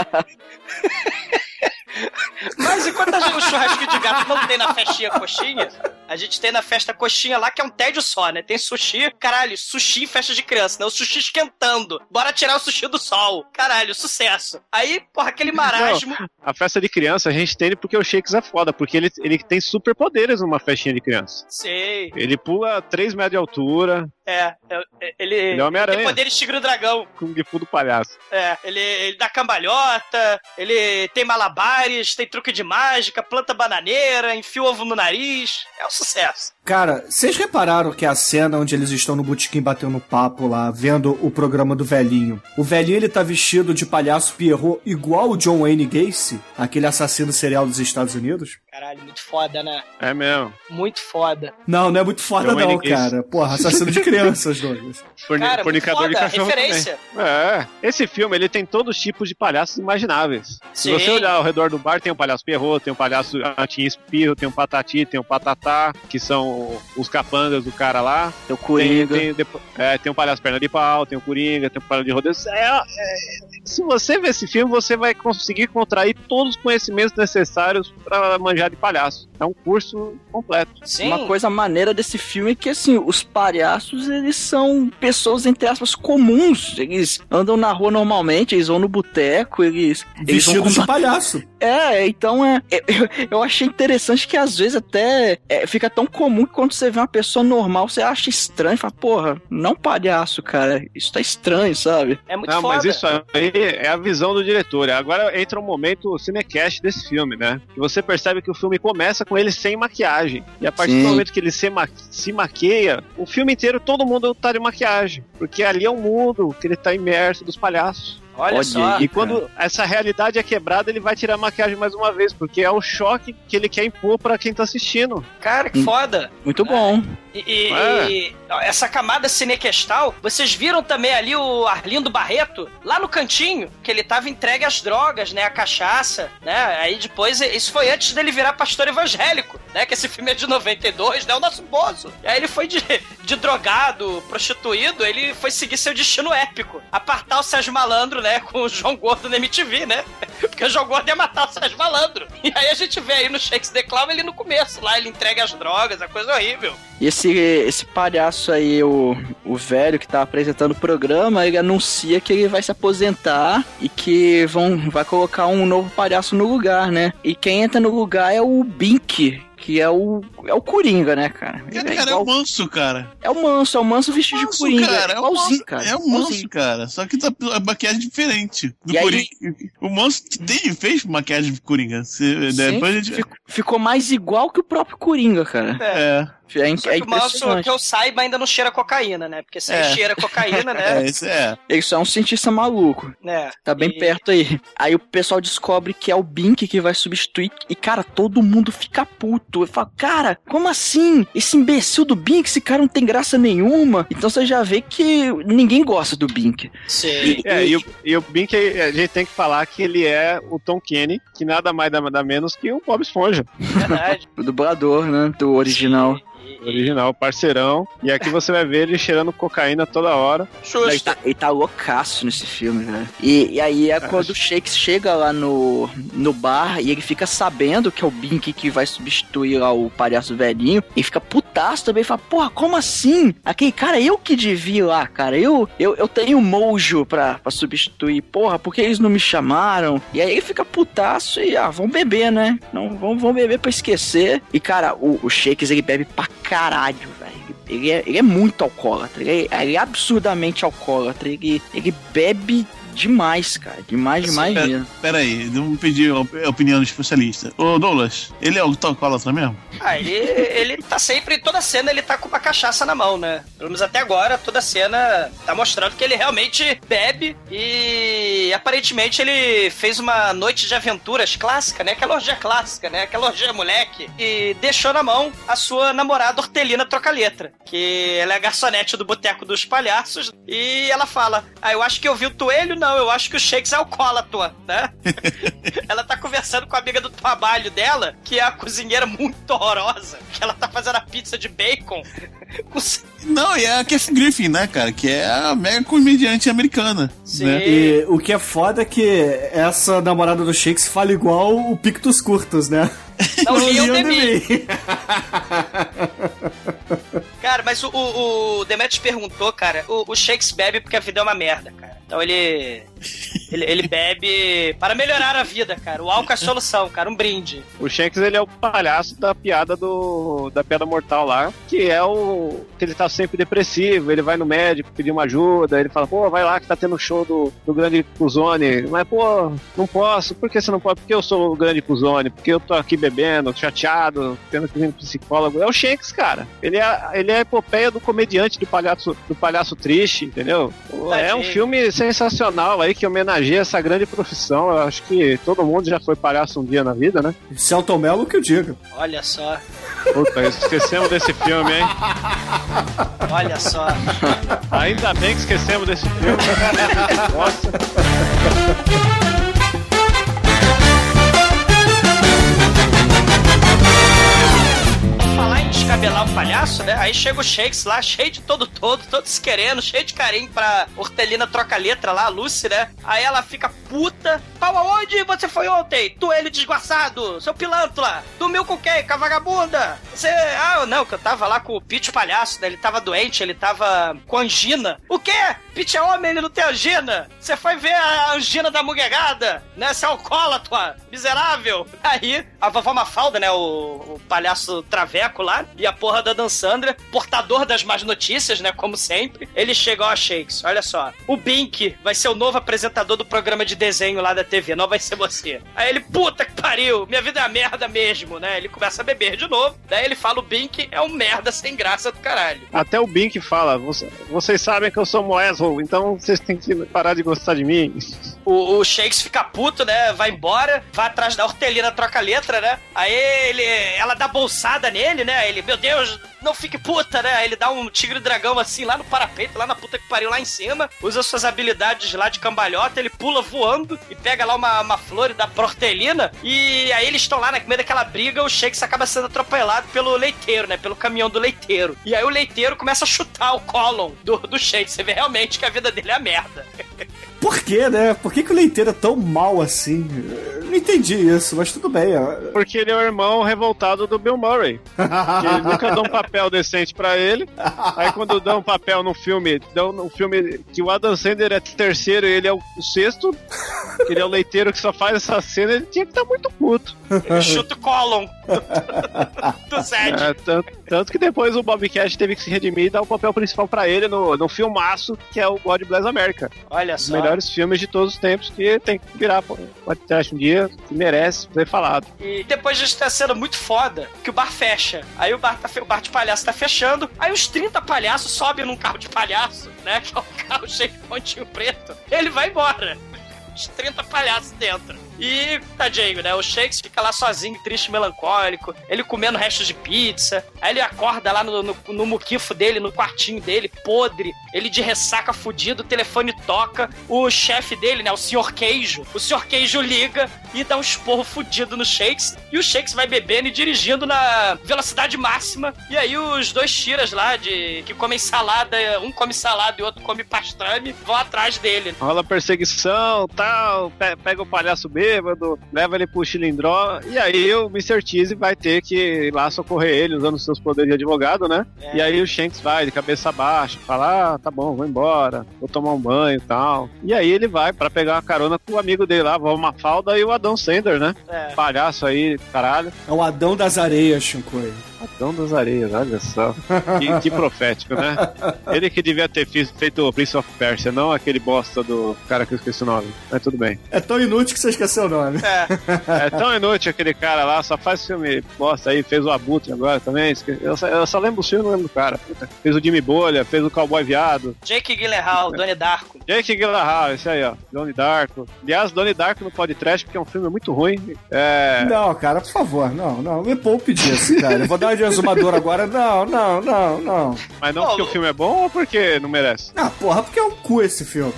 Mas enquanto a gente, o churrasquinho de gato não tem na festinha coxinha, a gente tem na festa coxinha lá, que é um tédio só, né? Tem sushi, caralho, sushi em festa de criança, né? O sushi esquentando. Bora tirar o sushi do sol. Caralho, sucesso. Aí, porra, aquele marasmo... Não, a festa de criança a gente tem porque o Shakes é foda, porque ele, ele tem superpoderes numa festinha de criança. Sei. Ele pula três metros de altura. É, ele, ele é Homem-Aranha. Tem poderes tigre dragão. Kung Fu do palhaço. É, ele, ele dá cambalhota, ele tem malabares, tem truque de mágica, planta bananeira, enfia o ovo no nariz. É um sucesso. Cara, vocês repararam que a cena onde eles estão no botequim batendo papo lá, vendo o programa do velhinho, o velhinho ele tá vestido de palhaço Pierrot igual o John Wayne Gacy, aquele assassino serial dos Estados Unidos? Caralho, muito foda, né? É mesmo. Muito foda. Não, não é muito foda John não, cara. Porra, assassino de crianças, Douglas. Forni cara, fornicador foda, de cachorro referência. Também. É, esse filme ele tem todos os tipos de palhaços imagináveis. Sim. Se você olhar ao redor do bar, tem o palhaço Pierrot, tem o palhaço Ratinho Espirro, tem o Patati, tem o Patatá, que são os capangas do cara lá. Tem o Coringa. Tem, tem, é, tem o palhaço Perna de Pau, tem o Coringa, tem o palhaço de rodeio. É, é, se você ver esse filme, você vai conseguir contrair todos os conhecimentos necessários pra manjar de palhaço. É um curso completo. Sim. Uma coisa maneira desse filme é que, assim, os palhaços, eles são pessoas, entre aspas, comuns. Eles andam na rua normalmente, eles vão no boteco, eles... Vestidos eles de palhaço. É, então é... Eu, eu achei interessante que, às vezes, até é, fica tão comum que quando você vê uma pessoa normal, você acha estranho. Fala, porra, não palhaço, cara. Isso tá estranho, sabe? É muito não, foda. Mas isso aí é a visão do diretor. Agora entra um momento cinecast desse filme, né? E você percebe que o filme começa com ele sem maquiagem. E a partir Sim. do momento que ele se, ma se maqueia, o filme inteiro todo mundo tá de maquiagem. Porque ali é um mundo que ele tá imerso dos palhaços. Olha Pode só. ir, e quando cara. essa realidade é quebrada, ele vai tirar a maquiagem mais uma vez, porque é o choque que ele quer impor pra quem tá assistindo. Cara, que foda. Muito bom. E, e, É. e essa camada cinequestal, vocês viram também ali o Arlindo Barreto, lá no cantinho, que ele tava entregue às drogas, né, a cachaça, né, aí depois, isso foi antes dele virar pastor evangélico, né, que esse filme é de noventa e dois, né, o nosso Bozo. E aí ele foi de, de drogado, prostituído, ele foi seguir seu destino épico, apartar o Sérgio Malandro, né, com o João Gordo na M T V, né, porque o João Gordo ia matar o Sérgio Malandro. E aí a gente vê aí no Shakes the Clown ele no começo, lá ele entrega as drogas, a coisa horrível. E esse, esse palhaço aí, o, o velho que tá apresentando o programa, ele anuncia que ele vai se aposentar e que vão, vai colocar um novo palhaço no lugar, né? E quem entra no lugar é o Bink, que é o, é o Coringa, né, cara? Ele é, cara, igual... é o Manso, cara. É o Manso, é o Manso vestido Manso, de Coringa. Cara, é igualzinho, é o Manso, cara. É o Manso, cara. Só que tá a maquiagem diferente do E Coringa. aí... O Manso Desde fez maquiagem de Coringa. Se, Sim, depois a gente... ficou, ficou mais igual que o próprio Coringa, cara. É. É, é Só que o Malso, que eu saiba, ainda não cheira cocaína, né? Porque se É. ele cheira cocaína, né? É, isso é. Ele só é um cientista maluco. É. Tá bem E- perto aí. Aí o pessoal descobre que é o Bink que vai substituir. E, cara, todo mundo fica puto. Eu falo, cara, como assim? Esse imbecil do Bink, esse cara não tem graça nenhuma. Então você já vê que ninguém gosta do Bink. Sim. É, e o, e o Bink, a gente tem que falar que ele é o Tom Kenny, que nada mais nada menos que o Bob Esponja. Verdade. O dublador, né? Do original. Original, parceirão. E aqui você vai ver ele cheirando cocaína toda hora. Ele tá, ele tá loucaço nesse filme, velho. E, e aí é quando o Shakes chega lá no, no bar e ele fica sabendo que é o Bink que vai substituir lá o palhaço velhinho. E fica putaço também. Fala, porra, como assim? Aquele cara, eu que devia ir lá, cara. Eu, eu, eu tenho mojo pra, pra substituir. Porra, por que eles não me chamaram? E aí ele fica putaço e, ah, vamos beber, né? Não, vamos, vamos beber pra esquecer. E, cara, o, o Shakes, ele bebe pra caralho, velho. Ele é, ele é muito alcoólatra. Ele é, ele é absurdamente alcoólatra. Ele, ele bebe demais, cara. Demais, demais Pera, mesmo. pera aí, vamos pedir a opinião do especialista. Ô, Douglas, ele é o alcoólatra mesmo? Ah, ele, ele tá sempre, toda cena ele tá com uma cachaça na mão, né? Pelo menos até agora, toda cena tá mostrando que ele realmente bebe e aparentemente ele fez uma noite de aventuras clássica, né? Aquela orgia clássica, né? Aquela orgia moleque. E deixou na mão a sua namorada Hortelina Troca-Letra, que ela é a garçonete do Boteco dos Palhaços e ela fala, ah, eu acho que eu vi o Toelho, não, eu acho que o Shakes é alcoólatra, né? Ela tá conversando com a amiga do trabalho dela, que é a cozinheira muito horrorosa, que ela tá fazendo a pizza de bacon. com... Não, e é a Kathy Griffin, né, cara? Que é a mega comediante americana. Sim. Né? E o que é foda é que essa namorada do Shakes fala igual o Pictos Curtos, né? Não, Não Leon Leon Demis. Demis. Cara, mas o, o, o Demetrius perguntou, cara, o, o Shakes bebe porque a vida é uma merda, cara. Então ele, ele ele bebe para melhorar a vida, cara. O álcool é a solução, cara, um brinde. O Shanks, ele é o palhaço da piada do da piada mortal lá, que é o que ele tá sempre depressivo, ele vai no médico pedir uma ajuda, ele fala, pô, vai lá que tá tendo show do, do Grande Cuzone, mas pô, não posso, por que você não pode? Porque eu sou o Grande Cuzone, porque eu tô aqui bebendo, chateado, tendo que vir no psicólogo. É o Shanks, cara. Ele é, ele é a epopeia do comediante do palhaço, do palhaço triste, entendeu? É um filme sensacional aí que homenageia essa grande profissão. Eu acho que todo mundo já foi palhaço um dia na vida, né? Celton Mello que eu digo. Olha só, Puta, esquecemos desse filme, hein? olha só. Ainda bem que esquecemos desse filme. Nossa. Falar em descabelar o palhaço, né? Aí chega o Shakes lá, cheio de todo todo, todo se querendo, cheio de carinho pra Hortelina Troca-Letra lá, a Lucy, né? Aí ela fica puta. Pau, aonde você foi ontem? Tu, ele desguaçado, seu pilantra. Dormiu com quem? Com a vagabunda? Você... Ah, não, que eu tava lá com o Pete Palhaço, né? Ele tava doente, ele tava com angina. O quê? Pete é homem, ele não tem angina. Você foi ver a angina da muguegada, né? Você é alcoólatra, miserável. Aí, a vovó Mafalda, né? O, o palhaço traveco lá, e a porra da Dan Sandra, portador das más notícias, né? Como sempre. Ele chega, ó, Shakes, olha só. O Bink vai ser o novo apresentador do programa de desenho lá da T V, não vai ser você. Aí ele, puta que pariu, minha vida é a merda mesmo, né? Ele começa a beber de novo, daí ele fala, o Bink é um merda sem graça do caralho. Até o Bink fala, Você, vocês sabem que eu sou um asshole, então vocês têm que parar de gostar de mim. O, o Shakes fica puto, né? Vai embora, vai atrás da Hortelina Troca-Letra, né? Aí ele, ela dá bolsada nele, né? Ele, meu Deus, não fique puta, né? Aí ele dá um tigre-dragão assim lá no parapeito, lá na puta que pariu, lá em cima. Usa suas habilidades lá de cambalhota, ele pula voando e pega lá uma, uma flor e dá pra Hortelina. E aí eles estão lá no meio daquela briga, o Shakes acaba sendo atropelado pelo leiteiro, né? Pelo caminhão do leiteiro. E aí o leiteiro começa a chutar o Colin do, do Shakes. Você vê realmente que a vida dele é a merda. Por quê, né? Por que, que o leiteiro é tão mal assim? Eu não entendi isso, mas tudo bem. Porque ele é o irmão revoltado do Bill Murray. Que ele nunca dá um papel decente pra ele. Aí quando dá um papel num filme, dão um filme que o Adam Sandler é terceiro e ele é o sexto, que ele é o leiteiro que só faz essa cena, ele tinha que estar muito puto. Ele chuta o Colin do Zed. É, tanto, tanto que depois o Bobcat teve que se redimir e dar o papel principal pra ele no, no filmaço, que é o God Bless America. Olha Os só. melhores filmes de todos os tempos, que tem que virar podcast um dia, que merece ser falado. E depois disso tá sendo muito foda, que o bar fecha. Aí o bar, tá, o bar de palhaço tá fechando, aí os trinta palhaços sobem num carro de palhaço, né? Que é um carro cheio de pontinho preto. Ele vai embora. Os trinta palhaços dentro. E, tadinho, né? O Shakes fica lá sozinho, triste, melancólico. Ele comendo restos de pizza. Aí ele acorda lá no, no, no muquifo dele, no quartinho dele, podre. Ele de ressaca fudido, o telefone toca. O chefe dele, né? O senhor Queijo. O senhor Queijo liga e dá um esporro fudido no Shakes. E o Shakes vai bebendo e dirigindo na velocidade máxima. E aí os dois tiras lá, de que comem salada, um come salada e o outro come pastrame, vão atrás dele. Rola perseguição, tal, pe- pega o palhaço bêbado, leva ele pro Chilindró, e aí o mister Cheese vai ter que ir lá socorrer ele, usando seus poderes de advogado, né? É. E aí o Shanks vai de cabeça baixa, fala, ah, tá bom, vou embora, vou tomar um banho e tal. E aí ele vai pra pegar uma carona com o amigo dele lá, o Mafalda e o Adam Sandler, né? É. Palhaço aí, caralho. É o Adão das Areias, Shinkoi. Adão das Areias, olha só. Que, que profético, né? Ele que devia ter fiz, feito o Prince of Persia, não aquele bosta do cara que eu esqueci o nome. Mas tudo bem. É tão inútil que você esqueceu o nome. É. É tão inútil aquele cara lá, só faz filme bosta aí, fez o Abutre agora também. esque- Eu só, eu só lembro o filme, não lembro do cara. Puta. Fez o Jimmy Bolha, fez o Cowboy Viado. Jake Gyllenhaal, Donnie Darko. Jake Gyllenhaal, esse aí, ó. Donnie Darko. Aliás, Donnie Darko no podcast, porque é um filme muito ruim. É. Não, cara, por favor, não, não, me poupe disso, cara. Eu vou dar uma de exumador agora. Não, não, não, não. Mas não Ô, porque Lu- o filme é bom ou porque não merece? Ah, porra, porque é um cu esse filme.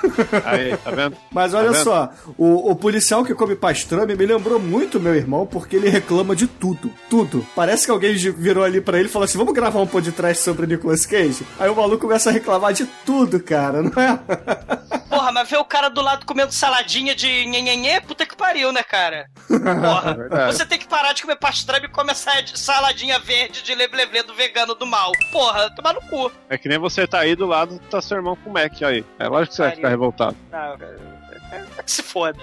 Aí, tá vendo? Mas olha Tá vendo? só, o, o policial que come pastrame me lembrou muito meu irmão, porque ele reclama de tudo, tudo. Parece que alguém virou ali pra ele e falou assim, vamos gravar um podcast sobre o Nicolas Cage? Aí o maluco começa a reclamar de tudo, cara, não é? Porra, mas ver o cara do lado comendo saladinha de nhenhenhê, puta que pariu, né, cara? Porra, verdade. você tem que parar de comer pastrame e começar de saladinha verde de leblevê do vegano do mal. Porra, tomar no cu. É que nem você tá aí do lado, tá seu irmão com o Mac aí. É lógico que você vai ficar revoltado. Não, é, é que se foda.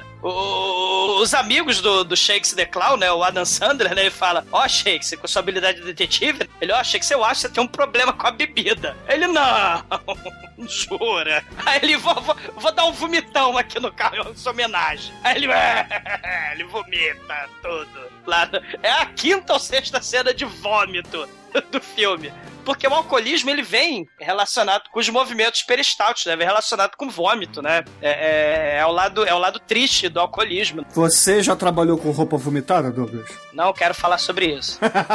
O- os amigos do, do Shakes the Clown, né, o Adam Sandler, né, ele fala, ó, oh, Shakes, com sua habilidade de detetive, ele, ó, oh, Shakes, eu acho que você tem um problema com a bebida. Ele, não, jura? Aí ele, vou, vou, vou dar um vomitão aqui no carro, em sua homenagem. Aí ele, é, ele vomita tudo. Lá no- é a quinta ou sexta cena de vômito do filme. Porque o alcoolismo, ele vem relacionado com os movimentos peristálticos, né? Vem relacionado com vômito, né? É, é, é, o lado, é o lado triste do alcoolismo. Você já trabalhou com roupa vomitada, Douglas? Não quero falar sobre isso.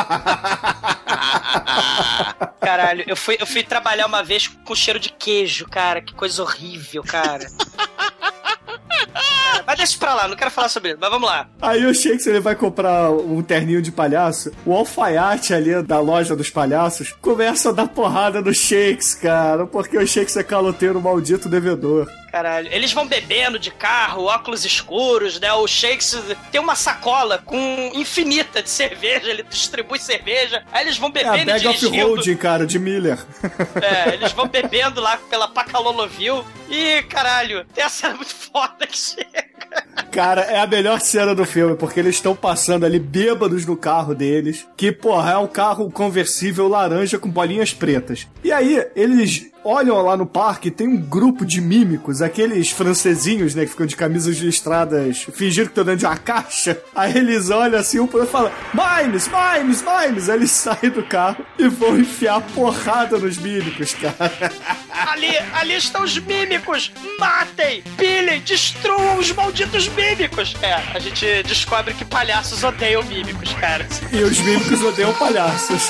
Caralho, eu fui, eu fui trabalhar uma vez com cheiro de queijo, cara. Que coisa horrível, cara. Cara, mas deixa isso pra lá, não quero falar sobre isso, mas vamos lá. Aí o Shakes, ele vai comprar um terninho de palhaço, o alfaiate ali da loja dos palhaços começa a dar porrada no Shakes, cara, porque o Shakes é caloteiro maldito devedor. Caralho, eles vão bebendo de carro, óculos escuros, né? O Shakes tem uma sacola com infinita de cerveja, ele distribui cerveja, aí eles vão É bebendo a e bag dirigindo. off-roading, cara, de Miller. É, eles vão bebendo lá pela Pacaloloville e, caralho, tem a cena muito foda que chega. Cara, é a melhor cena do filme, porque eles estão passando ali bêbados no carro deles, que, porra, é um carro conversível laranja com bolinhas pretas. E aí, eles olham lá no parque, tem um grupo de mímicos, aqueles francesinhos, né, que ficam de camisas listradas, fingindo que estão dentro de uma caixa. Aí eles olham assim, um pro outro e falam, Mimes, Mimes, Mimes! Aí eles saem do carro e vão enfiar porrada nos mímicos, cara. Ali, ali estão os mímicos! Matem, pilhem, destruam os malditos mímicos! É, a gente descobre que palhaços odeiam mímicos, cara. E os mímicos odeiam palhaços.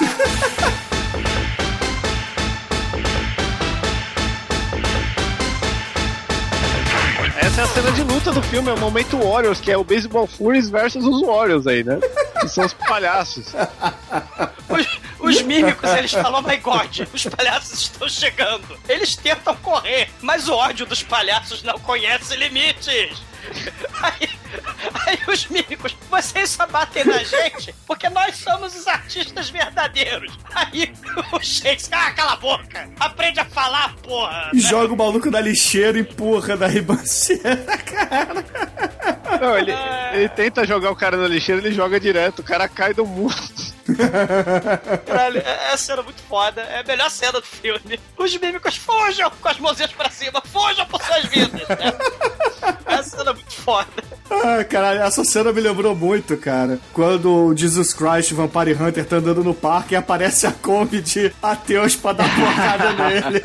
Essa é a cena de luta do filme, é o momento Warriors, que é o Baseball Furies versus os Warriors aí, né? Que são os palhaços. Os, os mímicos, eles falam, oh my god, os palhaços estão chegando. Eles tentam correr, mas o ódio dos palhaços não conhece limites. Aí, aí os mímicos, vocês só batem na gente porque nós somos os artistas verdadeiros. Aí o Shakes, ah, cala a boca, aprende a falar, porra. E joga o maluco da lixeira e empurra da ribanceira, cara. Não, ele, ele tenta jogar o cara na lixeira, ele joga direto, o cara cai do muro. Caralho, essa cena é muito foda. É a melhor cena do filme. Os mímicos fujam com as mãozinhas pra cima, fujam por suas vidas. Né? Essa cena é muito foda. Ah, caralho, essa cena me lembrou muito, cara. Quando o Jesus Christ Vampire Hunter tá andando no parque e aparece a Kombi de ateus pra dar porrada nele.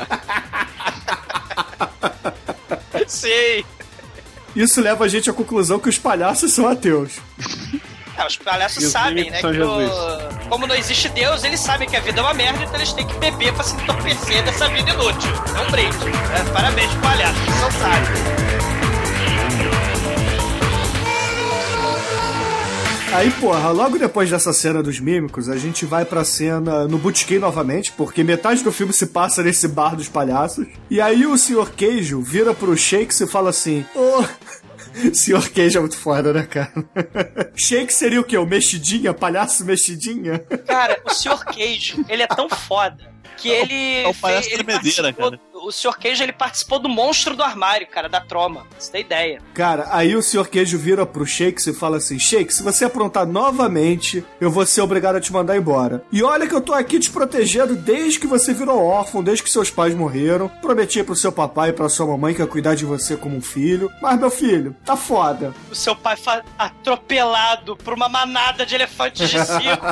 Sim. Isso leva a gente à conclusão que os palhaços são ateus. É, os palhaços sabem, né? Que o... Como não existe Deus, eles sabem que a vida é uma merda, então eles têm que beber pra se entorpecer dessa vida inútil. É um brinde. Né? Parabéns, palhaços, eles não sabem. Aí, porra, logo depois dessa cena dos mímicos, a gente vai pra cena no Botequim novamente, porque metade do filme se passa nesse bar dos palhaços. E aí o senhor Queijo vira pro Shakes e fala assim: ô... Oh... senhor Queijo é muito foda, né, cara? Shakes seria o quê? O mexidinha? Palhaço mexidinha? Cara, o senhor Queijo, ele é tão foda que ele... É o palhaço fez, ele tremedeira, cara. O senhor Queijo, ele participou do Monstro do Armário, cara, da Troma. Você tem ideia. Cara, aí o senhor Queijo vira pro Shakes e fala assim: Shakes, se você aprontar novamente, eu vou ser obrigado a te mandar embora. E olha que eu tô aqui te protegendo desde que você virou órfão, desde que seus pais morreram. Prometi pro seu papai e pra sua mamãe que ia cuidar de você como um filho. Mas, meu filho, tá foda. O seu pai foi atropelado por uma manada de elefantes de circo.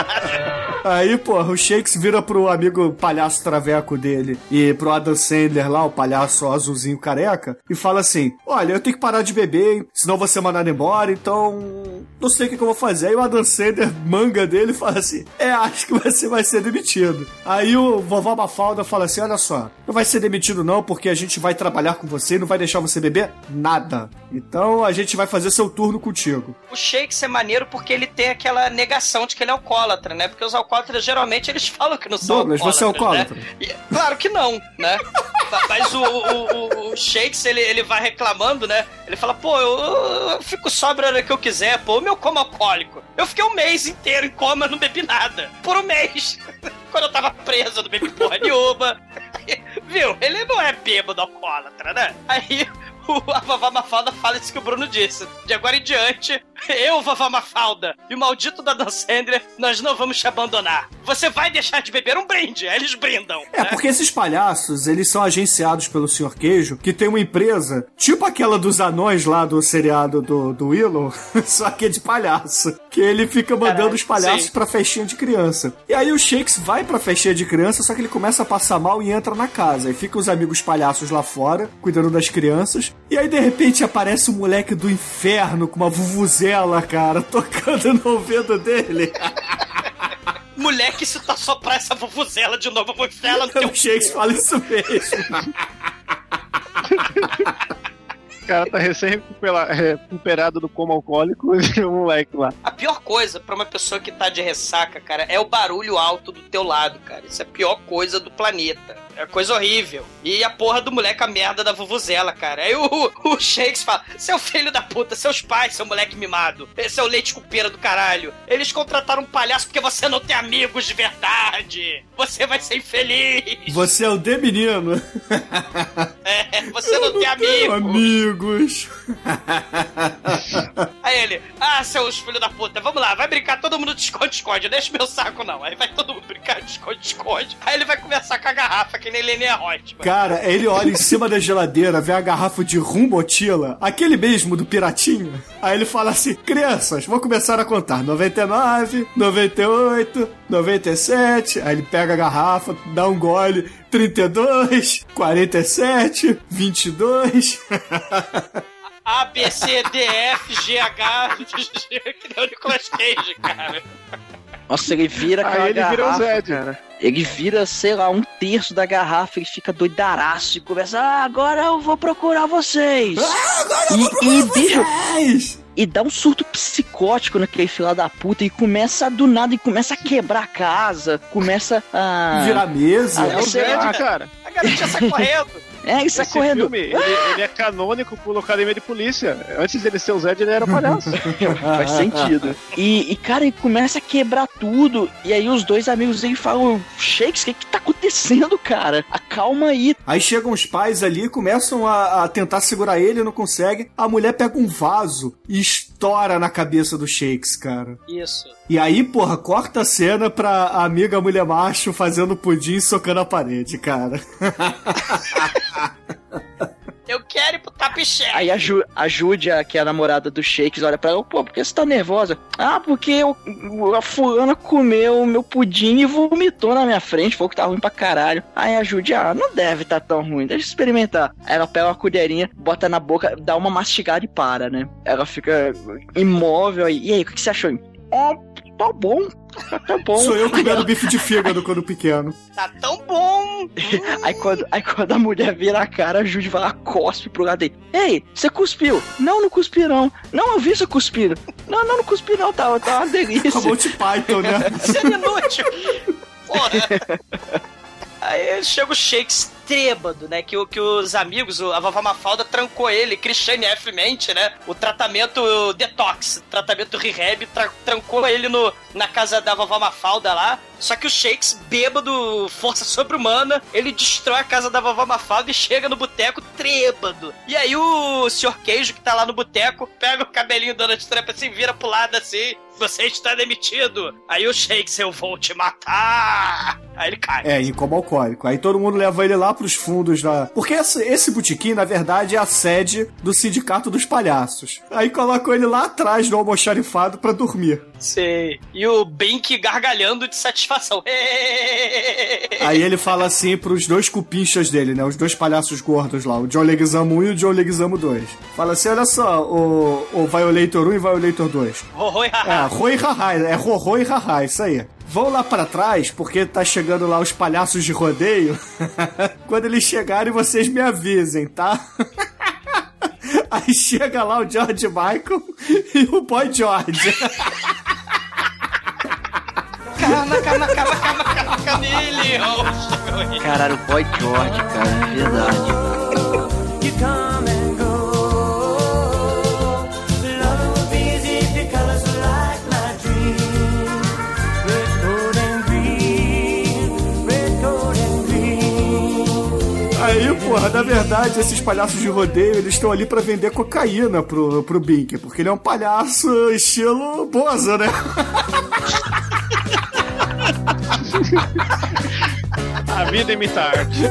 Aí, porra, o Shakes vira pro amigo palhaço traveco dele e pro Adam Sandler lá, o palhaço azulzinho careca, e fala assim: olha, eu tenho que parar de beber, hein? Senão vou ser mandado embora, então não sei o que, que eu vou fazer. Aí o Adam Sandler, manga dele, fala assim: é, acho que você vai ser demitido. Aí o vovó Mafalda fala assim: olha só, não vai ser demitido não, porque a gente vai trabalhar com você e não vai deixar você beber nada. Então a gente vai fazer seu turno contigo. O Shakes é maneiro porque ele tem aquela negação de que ele é alcoólatra, né? Porque os alcoólatras, geralmente, eles falam que não são Douglas, alcoólatras, você é alcoólatra? né? E, claro que não, né? Mas o, o, o Shakes, ele, ele vai reclamando, né? Ele fala: pô, eu, eu fico sóbrio a hora que eu quiser, pô, o meu como alcoólico. Eu fiquei um mês inteiro em coma, não bebi nada. Por um mês. Quando eu tava preso, eu não bebi porra nenhuma. Viu? Ele não é bêbado alcoólatra, né? Aí... a vovó Mafalda fala isso que o Bruno disse. De agora em diante, eu, vovó Mafalda, e o maldito da Adam Sandler, nós não vamos te abandonar. Você vai deixar de beber um brinde. Aí eles brindam. É, né? Porque esses palhaços, eles são agenciados pelo senhor Queijo, que tem uma empresa, tipo aquela dos anões lá do seriado do, do Willow, só que é de palhaço. Que ele fica mandando Caraca, os palhaços sim. pra festinha de criança. E aí o Shakes vai pra festinha de criança, só que ele começa a passar mal e entra na casa. E fica os amigos palhaços lá fora, cuidando das crianças. E aí, de repente, aparece um moleque do inferno com uma vuvuzela, cara, tocando no ouvido dele. Moleque, se tu soprar essa vuvuzela de novo, eu vou enfiar ela no teu... O Shakes fala isso mesmo. O cara tá recém-recuperado do coma alcoólico e o moleque lá. A pior coisa pra uma pessoa que tá de ressaca, cara, é o barulho alto do teu lado, cara. Isso é a pior coisa do planeta. É coisa horrível. E a porra do moleque, a merda da vuvuzela, cara. Aí o, o Shakes fala: seu filho da puta, seus pais, seu moleque mimado. Esse é o leite cupeira do caralho. Eles contrataram um palhaço porque você não tem amigos de verdade. Você vai ser infeliz. Você é o de menino. É, você não tem amigos. Amigos. Aí ele: ah, seus filhos da puta, vamos lá, vai brincar todo mundo de esconde-esconde. Deixa meu saco não. Aí vai todo mundo brincar de esconde-esconde. Aí ele vai conversar com a garrafa, que nem Lenia Reutemann. Cara, ele olha em cima da geladeira, vê a garrafa de rum Botila, aquele mesmo do Piratinho. Aí ele fala assim: crianças, vou começar a contar. noventa e nove, noventa e oito, noventa e sete. Aí ele pega a garrafa, dá um gole. trinta e dois, quarenta e sete, vinte e dois. A, B, C, D, F, G, H, que nem o Nicolas Cage, cara. Nossa, ele vira aquela Aí ele garrafa, vira o Zed. cara. Ele vira, sei lá, um terço da garrafa, ele fica doidaraço e começa: ah, agora eu vou procurar vocês. Ah, agora eu e, vou procurar e vocês. Deixa... E dá um surto psicótico naquele filho da puta e começa do nada e começa a quebrar a casa, começa a... virar mesa. Ah, É o Zed, cara. A garotinha sai correndo. É, ele sai Esse correndo. Filme, ele, ele é canônico pela Academia de Polícia. Antes dele ser o Zed, ele era palhaço. Faz sentido. E, e, cara, ele começa a quebrar tudo. E aí os dois amigos dele falam: Shakes, o que que tá acontecendo, cara? Acalma aí. Aí chegam os pais ali, começam a, a tentar segurar ele, não consegue. A mulher pega um vaso e estoura na cabeça do Shakes, cara. Isso. E aí, porra, corta a cena pra amiga mulher macho fazendo pudim e socando a parede, cara. Eu quero ir pro Tapiché. Aí a, Ju, a Júdia, que é a namorada do Shakes, olha pra ela, pô, por que você tá nervosa? Ah, porque eu, a fulana comeu meu pudim e vomitou na minha frente, falou que tá ruim pra caralho. Aí a Júdia, ah, não deve tá tão ruim, deixa eu experimentar. Aí ela pega uma colherinha, bota na boca, dá uma mastigada e para, né? Ela fica imóvel aí. E aí, o que você achou? Ó, oh, tá bom. Tá bom. Sou eu comendo ela... bife de fígado quando pequeno. Tá tão bom. aí, quando, aí quando a mulher vira a cara, a Judy vai lá, cospe pro lado dele. Ei, você cuspiu? Não, não cuspi não. Não, eu vi você cuspir. Não, não, não cuspi não, tá, tá uma delícia. Acabou de Python, né? Você é inútil. Porra. Aí chega o Shakes trêbado, né? Que, que os amigos, a Vovó Mafalda trancou ele, Christiane F. Mente, né? O tratamento detox, o tratamento rehab, tra trancou ele no, na casa da Vovó Mafalda lá. Só que o Shakes, bêbado, força sobre-humana, ele destrói a casa da Vovó Mafalda e chega no boteco trêbado. E aí o senhor Queijo, que tá lá no boteco, pega o cabelinho do Donald Trump assim, vira pro lado assim, você está demitido. Aí o Shakes, eu vou te matar. Aí ele cai. É, em coma alcoólico. Aí todo mundo leva ele lá pros fundos da... Porque esse, esse botequim, na verdade, é a sede do Sindicato dos Palhaços. Aí colocam ele lá atrás do almoxarifado pra dormir. Sei. E o Bink gargalhando de satisfação. Aí ele fala assim pros dois cupinchas dele, né? Os dois palhaços gordos lá, o John Leguizamo um e o John Leguizamo dois. Fala assim, olha só, o, o Violator um e Violator dois. Rorô e Haha. É, Rô e Haha, é Rorô e Haha, isso aí. Vão lá pra trás, porque tá chegando lá os palhaços de rodeio. Quando eles chegarem, vocês me avisem, tá? Aí chega lá o George Michael e o Boy George. Calma, calma, calma, calma, calma, Camille. Caralho, o Boy George, cara, é verdade. Aí, porra, na verdade, esses palhaços de rodeio, eles estão ali pra vender cocaína pro, pro Bink, porque ele é um palhaço estilo Bozo, né? A vida imita a arte.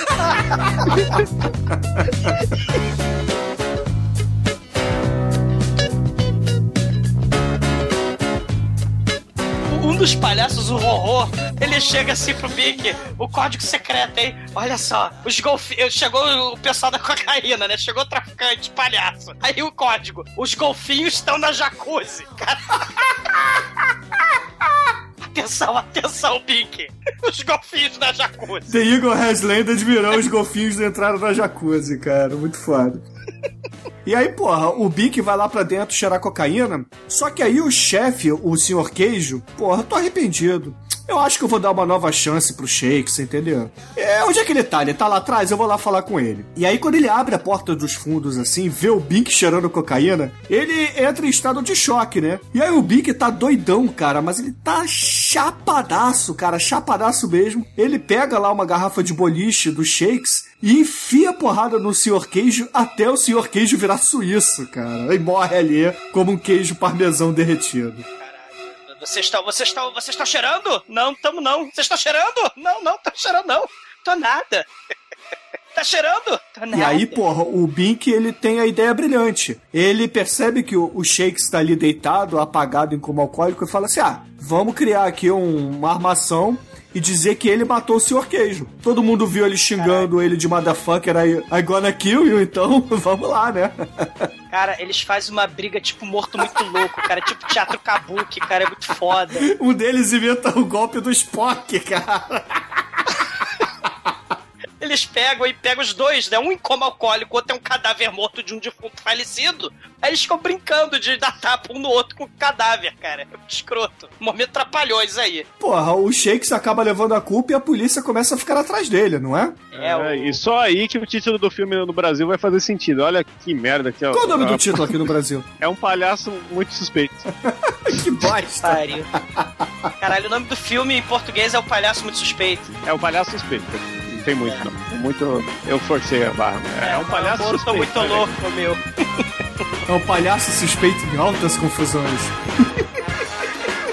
Um dos palhaços, o Rorô, ele chega assim pro Bink, o código secreto, hein? Olha só, os golfinhos. Chegou o pessoal da cocaína, né? Chegou o traficante, palhaço. Aí o código: os golfinhos estão na jacuzzi. Atenção, atenção, Bink. Os golfinhos na jacuzzi. The Eagle has landed, virou, os golfinhos entraram na jacuzzi, cara. Muito foda. E aí, porra, o Bink vai lá pra dentro cheirar cocaína. Só que aí o chefe, o senhor Queijo, porra, eu tô arrependido. Eu acho que eu vou dar uma nova chance pro Shakes, entendeu? É, onde é que ele tá? Ele tá lá atrás? Eu vou lá falar com ele. E aí, quando ele abre a porta dos fundos, assim, vê o Bink cheirando cocaína, ele entra em estado de choque, né? E aí o Bink tá doidão, cara, mas ele tá chapadaço, cara, chapadaço mesmo. Ele pega lá uma garrafa de boliche do Shakes e enfia a porrada no senhor Queijo até o senhor Queijo virar suíço, cara. E morre ali como um queijo parmesão derretido. Vocês estão, vocês estão, vocês estão cheirando? Não, tamo não. Vocês estão cheirando? Não, não, tô cheirando não. Tô nada. Tá cheirando? Tô nada. E aí, porra, o Bink, ele tem a ideia brilhante. Ele percebe que o, o Shakes tá ali deitado, apagado em coma alcoólico e fala assim, ah, vamos criar aqui um, uma armação e dizer que ele matou o senhor Queijo. Todo mundo viu ele xingando Caraca. ele de motherfucker, aí I gonna kill you, então vamos lá, né? Cara, eles fazem uma briga tipo morto muito louco, cara, tipo teatro kabuki, cara, é muito foda. Um deles inventa o golpe do Spock, cara. Eles pegam e pegam os dois, né? Um em coma alcoólico, o outro é um cadáver morto de um defunto falecido. Aí eles ficam brincando de dar tapa um no outro com o cadáver, cara. É muito escroto. Momento trapalhões aí. Porra, o Shakes acaba levando a culpa e a polícia começa a ficar atrás dele, não é? É, o... é, e só aí que o título do filme no Brasil vai fazer sentido. Olha que merda que é. Qual o nome do título aqui no Brasil? É um palhaço muito suspeito. Que bosta. Pariu. Caralho, o nome do filme em português é O Palhaço Muito Suspeito. É o Palhaço Suspeito. Não tem muito, não. Muito. Eu forcei a barra. É, é um palhaço suspeito. Eu tô muito né? louco, meu. É um palhaço suspeito em altas confusões.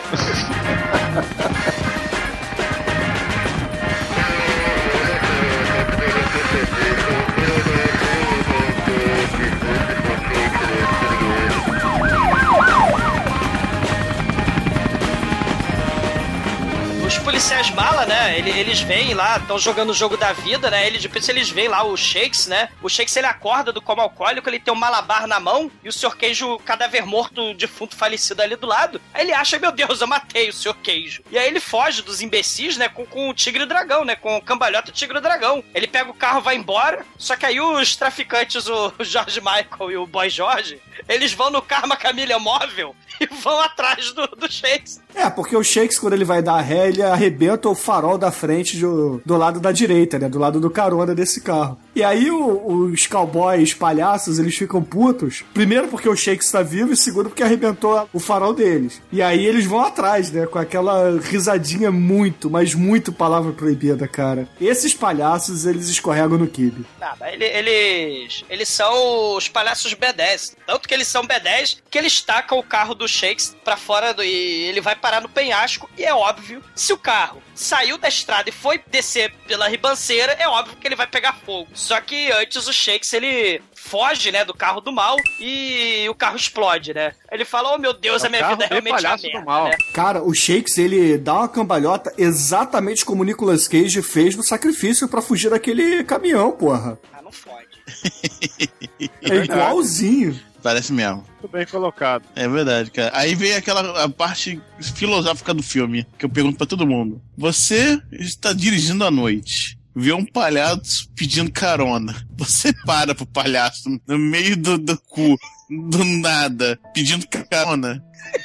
Os policiais mala, né? Eles vêm lá, estão jogando o jogo da vida, né? Eles, depois eles veem lá o Shakes, né? O Shakes, ele acorda do coma alcoólico, ele tem um malabar na mão e o senhor Queijo, cadáver morto, defunto, falecido ali do lado. Aí ele acha, meu Deus, eu matei o senhor Queijo. E aí ele foge dos imbecis, né? Com, com o Tigre e o Dragão, né? Com o cambalhota Tigre e o Dragão. Ele pega o carro, vai embora, só que aí os traficantes, o George Michael e o Boy Jorge, eles vão no Karma Camilha móvel e vão atrás do, do Shakes. É, porque o Shakes, quando ele vai dar a ré, ele arrebenta o farol da frente do, do lado da direita, né? Do lado do carona desse carro. E aí o, os cowboys palhaços, eles ficam putos. Primeiro porque o Shakes tá vivo e segundo porque arrebentou o farol deles. E aí eles vão atrás, né? Com aquela risadinha muito, mas muito palavra proibida, cara. Esses palhaços, eles escorregam no quibe. Nada, ele, eles, eles são os palhaços B dez. Tanto que eles são B dez que eles tacam o carro do Shakes pra fora do, e ele vai parar no penhasco. E é óbvio, se o carro saiu da estrada e foi descer pela ribanceira, é óbvio que ele vai pegar fogo. Só que antes o Shakes, ele foge, né, do carro do mal e o carro explode, né? Ele fala, oh meu Deus, é a minha vida é realmente uma merda, mal. Né? Cara, o Shakes, ele dá uma cambalhota exatamente como o Nicolas Cage fez no Sacrifício pra fugir daquele caminhão, porra. Ah, não fode. É igualzinho. Parece mesmo. Muito bem colocado. É verdade, cara. Aí vem aquela a parte filosófica do filme, que eu pergunto pra todo mundo. Você está dirigindo à noite, vê um palhaço pedindo carona. Você para pro palhaço no meio do, do cu, do nada, pedindo carona.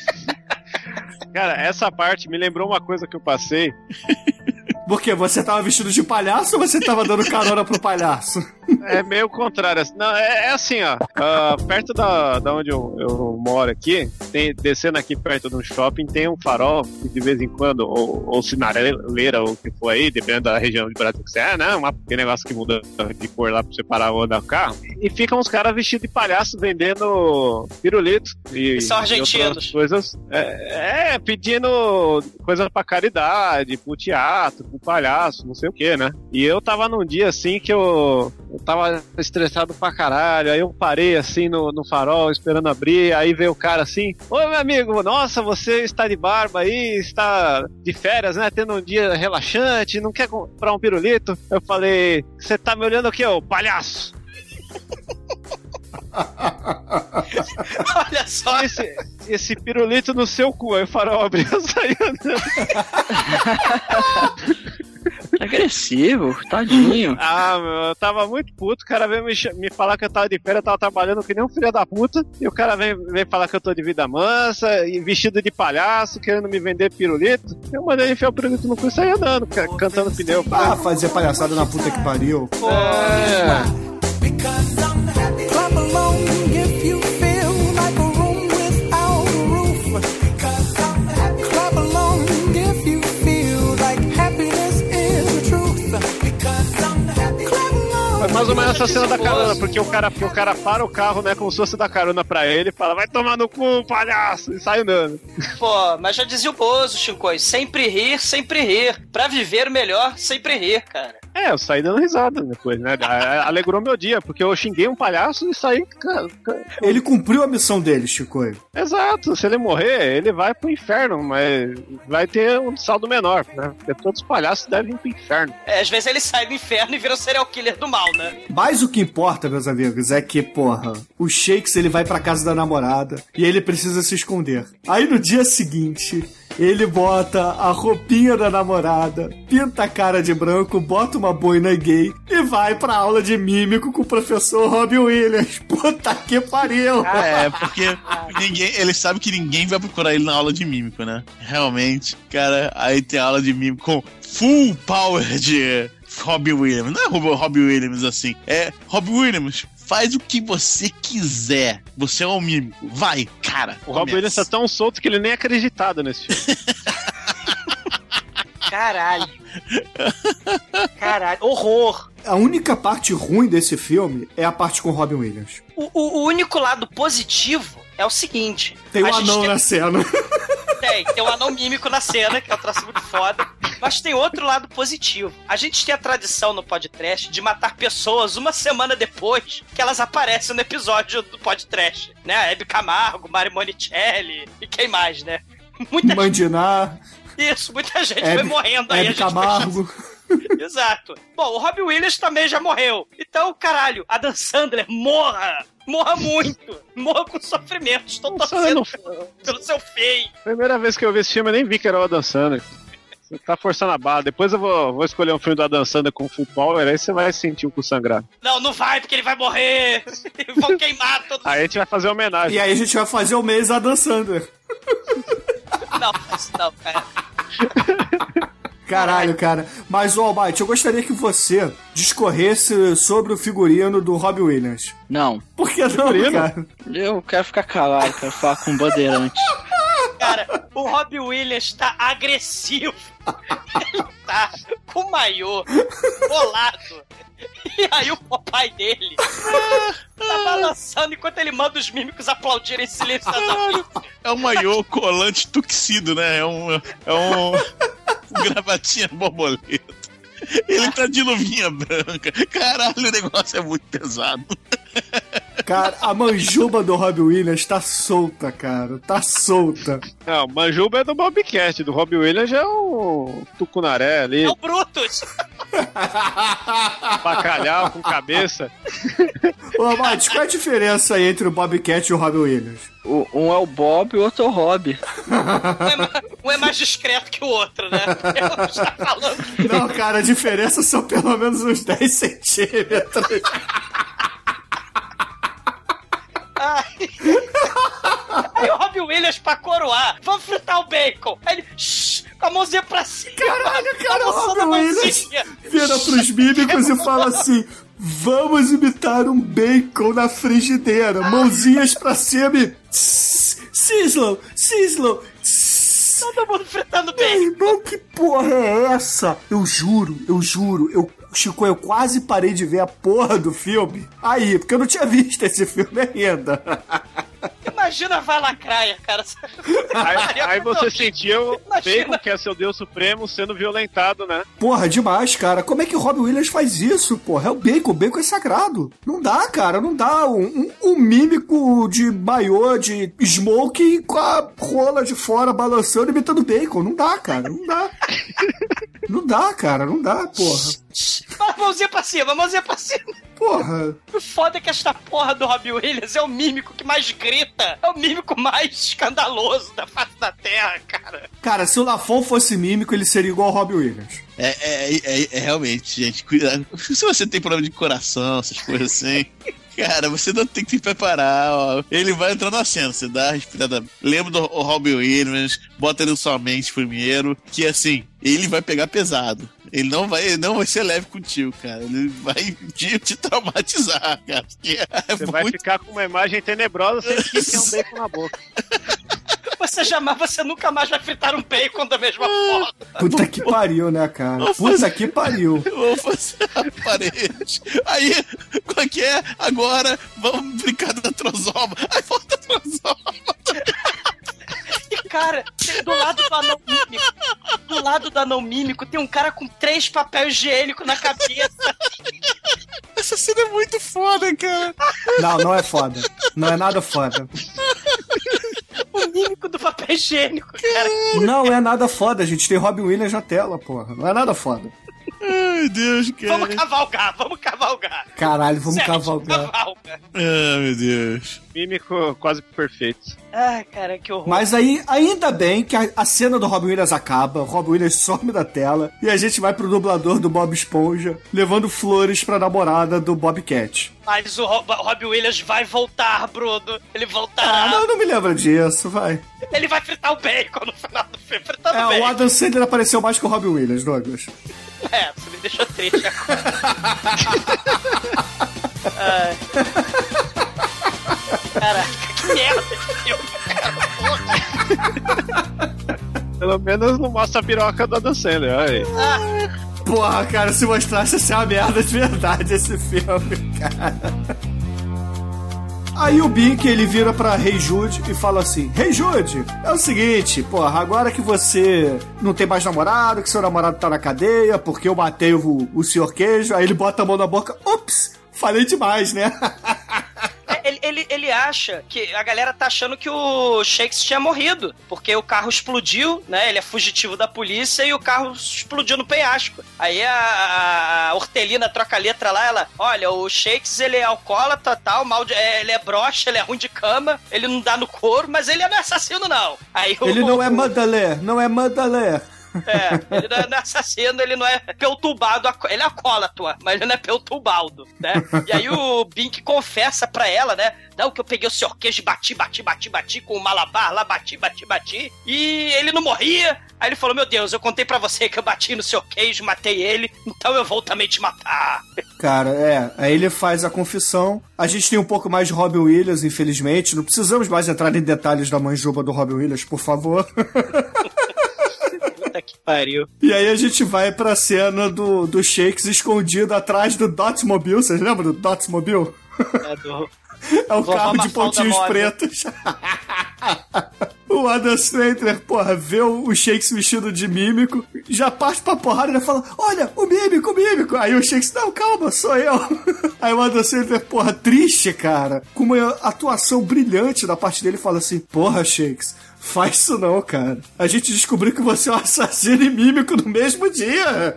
Cara, essa parte me lembrou uma coisa que eu passei. Por quê? Você tava vestido de palhaço ou você tava dando carona pro palhaço? É meio contrário. Não, é, é assim, ó. Uh, perto da, da onde eu, eu moro aqui, tem, descendo aqui perto de um shopping, tem um farol que de vez em quando, ou, ou sinaleira, ou o que for aí, dependendo da região de Brasil que você é, né? Um negócio que muda de cor lá pra você parar ou andar o carro. E ficam uns caras vestidos de palhaço vendendo pirulito. E, e são argentinos. E coisas. É, é, pedindo coisas pra caridade, pro teatro, pro palhaço, não sei o que, né? E eu tava num dia assim que eu. Eu tava estressado pra caralho, aí eu parei assim no, no farol, esperando abrir, aí veio o cara assim, oi meu amigo, nossa, você está de barba aí, está de férias, né, tendo um dia relaxante, não quer comprar um pirulito? Eu falei, você tá me olhando aqui, ô palhaço? Olha só esse, esse pirulito no seu cu, aí o farol abriu e saiu andando. Agressivo, tadinho. Ah, meu, eu tava muito puto. O cara veio me, me falar que eu tava de férias, eu tava trabalhando que nem um filho da puta. E o cara vem, vem falar que eu tô de vida mansa, e vestido de palhaço, querendo me vender pirulito. Eu mandei enfiar o pirulito no cu e sair andando, cara, cantando pneu. Ah, fazer palhaçada na puta que pariu. É. Mais ou menos essa cena da carona, porque o cara, porque o cara para o carro, né, como se fosse dar carona pra ele e fala, vai tomar no cu, palhaço, e sai andando. Pô, mas já dizia o Bozo, Chico, sempre rir, sempre rir. Pra viver melhor, sempre rir, cara. É, eu saí dando risada depois, né? Alegrou meu dia, porque eu xinguei um palhaço e saí... Cara, cara. Ele cumpriu a missão dele, Chico. Exato, se ele morrer, ele vai pro inferno, mas vai ter um saldo menor, né? Porque todos os palhaços devem ir pro inferno. É, às vezes ele sai do inferno e vira o serial killer do mal, né? Mas o que importa, meus amigos, é que, porra, o Shakes, ele vai pra casa da namorada e ele precisa se esconder. Aí no dia seguinte... ele bota a roupinha da namorada, pinta a cara de branco, bota uma boina gay e vai pra aula de mímico com o professor Robin Williams. Puta que pariu! Ah, é, porque ninguém, ele sabe que ninguém vai procurar ele na aula de mímico, né? Realmente, cara, aí tem aula de mímico com full power de Robin Williams. Não é Robin Williams assim, é Robin Williams. Faz o que você quiser. Você é um mímico. Vai, cara. O Robin Williams tá tão solto que ele nem é acreditado nesse filme. Caralho. Caralho. Horror. A única parte ruim desse filme é a parte com o Robin Williams. O, o, o único lado positivo é o seguinte. Tem um anão tem... na cena. Tem, tem um anão mímico na cena, que é um troço muito foda. Mas tem outro lado positivo. A gente tem a tradição no podcast de matar pessoas uma semana depois que elas aparecem no episódio do podcast. Né? A Hebe Camargo, Mari Monicelli e quem mais, né? Muita Mandinar. gente... Isso, muita gente Hebe, foi morrendo aí. Hebe a gente Camargo. Foi... Exato. Bom, o Robin Williams também já morreu. Então, caralho, Adam Sandler, morra! Morra muito! Morra com sofrimento. Estou torcendo pelo seu feio. Primeira vez que eu vi esse filme, eu nem vi que era o Adam Sandler. Você tá forçando a barra. Depois eu vou, vou escolher um filme do Adam Sandler com full power, aí você vai sentir o cu sangrar. Não, não vai, porque ele vai morrer. Vão queimar todo Aí a gente vai fazer homenagem. E aí a gente vai fazer o mês Adam Sandler. Não, não, cara. Caralho, cara. Mas, ô, Almighty, eu gostaria que você discorresse sobre o figurino do Robin Williams. Não. Por que não, Figurino? cara? Eu quero ficar calado, quero falar com o Bandeirante. Cara, o Robin Williams tá agressivo. Ele tá com o maiô bolado. E aí o papai dele tá balançando enquanto ele manda os mímicos aplaudirem silenciosamente. É um maiô colante tuxido, né? É um... É um... gravatinha borboleta. Ele tá de luvinha branca. Caralho, o negócio é muito pesado. Cara, a manjuba do Robin Williams tá solta, cara. Tá solta. Não, Manjuba é do Bobcat, do Robin Williams já é o Tucunaré ali. É o Brutus. Bacalhau com cabeça. Ô, Almighty, qual é a diferença aí entre o Bobcat e o Robin Williams? O, um é o Bob e o outro é o Rob. Um é, mais, um é mais discreto que o outro, né? Eu já falando. Não, cara, a diferença são pelo menos uns dez centímetros. Ai. Aí o Robin Williams pra coroar, vamos fritar o bacon. Aí ele, shh, com a mãozinha pra cima. Caralho, cara, o balançando a Robin Williams mãozinha. vira pros mímicos e fala assim: vamos imitar um bacon na frigideira. Mãozinhas pra cima e... Sizzle, sizzle, Todo mundo fritando Meu bacon. irmão, que porra é essa? Eu juro, eu juro, eu, Chico, eu quase parei de ver a porra do filme aí, porque eu não tinha visto esse filme ainda. Imagina a Vai Lacraia, cara. Aí, aí você sentia o Imagina. Bacon, que é seu deus supremo, sendo violentado, né? Porra, demais, cara. Como é que o Robin Williams faz isso, porra? É o bacon, o bacon é sagrado. Não dá, cara, não dá. Um, um, um mímico de maiô, de smoke com a rola de fora balançando e imitando bacon. Não dá, cara, não dá. Não dá, cara, não dá, porra. Mãozinha pra cima, mãozinha pra cima. Porra. O foda é que esta porra do Robin Williams é o mímico que mais grita. É o mímico mais escandaloso da face da terra, cara. Cara, se o Lafon fosse mímico, ele seria igual ao Robin Williams. É, é, é, é realmente, gente, cuidado. Se você tem problema de coração, essas coisas assim, cara, você não tem que se preparar, ó. Ele vai entrar na cena, você dá a respirada. Lembra do Robin Williams, bota ele na sua mente primeiro, que assim, ele vai pegar pesado. Ele não vai, ele não vai ser leve contigo, cara. Ele vai te, te traumatizar, cara. É Você muito... vai ficar com uma imagem tenebrosa sem que tem um bacon na boca. Você jamais, você nunca mais vai fritar um bacon da mesma forma. Puta que pariu, né, cara? Puta que pariu. Vou fazer a parede. Aí, qual é que é? Agora, vamos brincar da trozoma. Aí volta a trozoma. E, cara, tem- do lado do anão mímico, do lado do anão mímico, tem um cara com três papel higiênico na cabeça. Essa cena é muito foda, cara. Não, não é foda. Não é nada foda. O mímico do papel higiênico, cara. Não é nada foda, gente. Tem Robin Williams na tela, porra. Não é nada foda. Ai, Deus, cara. Vamos cavalgar, vamos cavalgar. Caralho, vamos Sério, cavalgar. cavalga. Ai, meu Deus. Mímico quase perfeito. Ai, cara, que horror. Mas aí, ainda bem que a, a cena do Robin Williams acaba, o Robin Williams some da tela e a gente vai pro dublador do Bob Esponja levando flores pra namorada do Bobcat. Mas o Rob, Robbie Williams vai voltar, Bruno. Ele voltará. Ah, não, não me lembra disso, vai. Ele vai fritar o bacon no final do filme. Fritando É, o bacon. Adam Sandler apareceu mais que o Robin Williams, Douglas. É, você me deixou triste agora. Ai. Caraca, que merda esse filme, cara. Porra. Pelo menos não mostra a piroca do Adam Sandler. Aí. Ah, Porra, cara, se mostrasse ia ser uma merda de verdade esse filme, cara. Aí o Bink, ele vira pra Rei Jude e fala assim: Rei Jude, é o seguinte, porra, agora que você não tem mais namorado, que seu namorado tá na cadeia, porque eu matei o, o senhor Queijo, aí ele bota a mão na boca, ups, falei demais, né? Ele, ele, ele acha que a galera tá achando que o Shakes tinha morrido, porque o carro explodiu, né? Ele é fugitivo da polícia e o carro explodiu no penhasco. Aí a, a Hortelina troca a letra lá, ela, olha, o Shakes, ele é alcoólatra, tal, mal de, é, ele é broxa, ele é ruim de cama, ele não dá no couro, mas ele não é assassino, não. Aí o, ele não o, é Mandalé, não é Mandalé. É, ele não é assassino, ele não é peltubado, ele é alcoólatra, mas ele não é peltubaldo, né? E aí o Bink confessa pra ela, né? Não, que eu peguei o senhor Queijo, bati, bati, bati, bati com o malabar lá, bati, bati, bati, e ele não morria. Aí ele falou, meu Deus, eu contei pra você que eu bati no senhor Queijo, matei ele, então eu vou também te matar. Cara, é, aí ele faz a confissão. A gente tem um pouco mais de Robin Williams, infelizmente. Não precisamos mais entrar em detalhes da manjuba do Robin Williams, por favor. Puta que pariu. E aí a gente vai pra cena do, do Shakes escondido atrás do Dotmobile. Vocês lembram do Dotmobile? É, do... é o carro de pontinhos pretos. O Adam Sandler, porra, vê o Shakes vestido de mímico, já parte pra porrada e já fala, olha, o mímico, o mímico. Aí o Shakes, não, calma, sou eu. Aí o Adam Sandler, porra, triste, cara, com uma atuação brilhante da parte dele, fala assim, porra, Shakes, faz isso não, cara. A gente descobriu que você é um assassino e mímico no mesmo dia.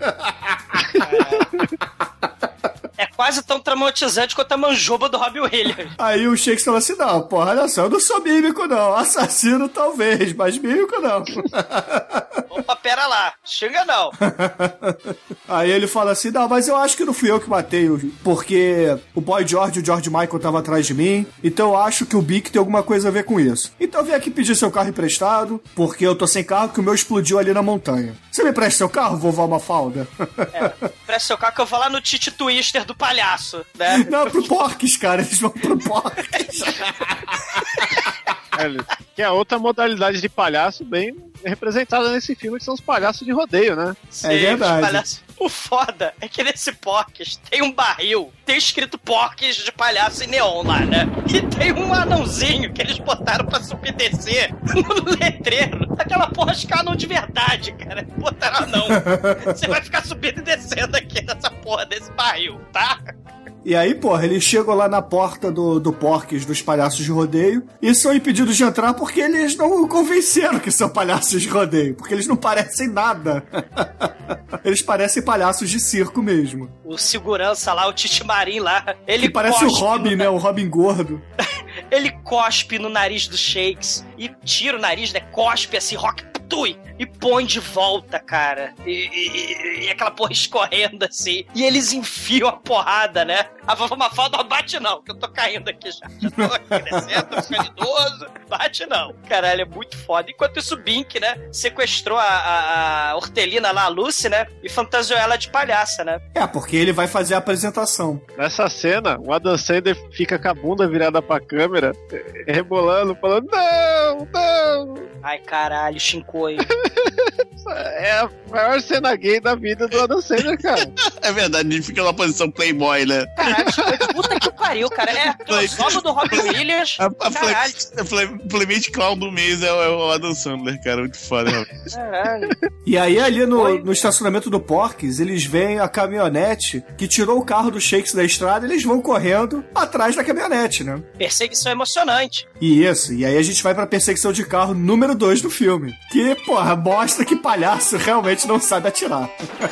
É quase tão traumatizante quanto a manjuba do Robin Williams. Aí o Shakes fala assim, não, porra, olha só, eu não sou mímico não, assassino talvez, mas mímico não. Opa, pera lá, xinga não. Aí ele fala assim, não, mas eu acho que não fui eu que matei, porque o Boy George e o George Michael estavam atrás de mim, então eu acho que o Bink tem alguma coisa a ver com isso. Então eu vim aqui pedir seu carro emprestado, porque eu tô sem carro, que o meu explodiu ali na montanha. Você me presta seu carro, vovó Mafalda? É, presta seu carro que eu vou lá no Titi Twister do palhaço, né? Não, pro Porques, cara, eles vão pro Porques. Que é outra modalidade de palhaço bem representada nesse filme, que são os palhaços de rodeio, né? Sim, é verdade. Palhaços... O foda é que nesse Porques tem um barril, tem escrito Porques de palhaço em neon lá, né? E tem um anãozinho que eles botaram pra subir e descer no letreiro. Aquela porra, acho que é anão de verdade, cara. Botaram anão. Você vai ficar subindo e descendo aqui nessa porra desse barril, tá? E aí, porra, eles chegam lá na porta do, do Porques, dos palhaços de rodeio, e são impedidos de entrar porque eles não convenceram que são palhaços de rodeio, porque eles não parecem nada. Eles parecem palhaços de circo mesmo. O segurança lá, o Titimarim lá, ele que parece o Robin, no... né? O Robin gordo. Ele cospe no nariz do Shakes e tira o nariz, né? Cospe assim, rock, tui, e põe de volta, cara. E, e, e aquela porra escorrendo assim. E eles enfiam a porrada, né? A vovó Mafalda, não bate não, que eu tô caindo aqui já. Já tô aqui descendo, tô ficando idoso. Bate não. Caralho, é muito foda. Enquanto isso, o Bink, né? Sequestrou a, a, a Hortelina lá, a Lucy, né? E fantasiou ela de palhaça, né? É, porque ele vai fazer a apresentação. Nessa cena, o Adam Sandler fica com a bunda virada pra câmera, rebolando, falando, não, não. Ai, caralho, Shinkoi. É a maior cena gay da vida do Adam Sandler, cara. É verdade, ele fica numa posição playboy, né? Caralho, puta que pariu, cara. É transforma do Robin Williams. A, a Playmate Clown do mês é o, é o Adam Sandler, cara. Muito foda, realmente. Caralho. E aí, ali no, no estacionamento do Porques, eles veem a caminhonete que tirou o carro do Shakes da estrada e eles vão correndo atrás da caminhonete, né? Perseguição emocionante. Isso, e aí a gente vai pra perseguição de carro número dois do filme. Que, porra, mostra que palhaço realmente não sabe atirar.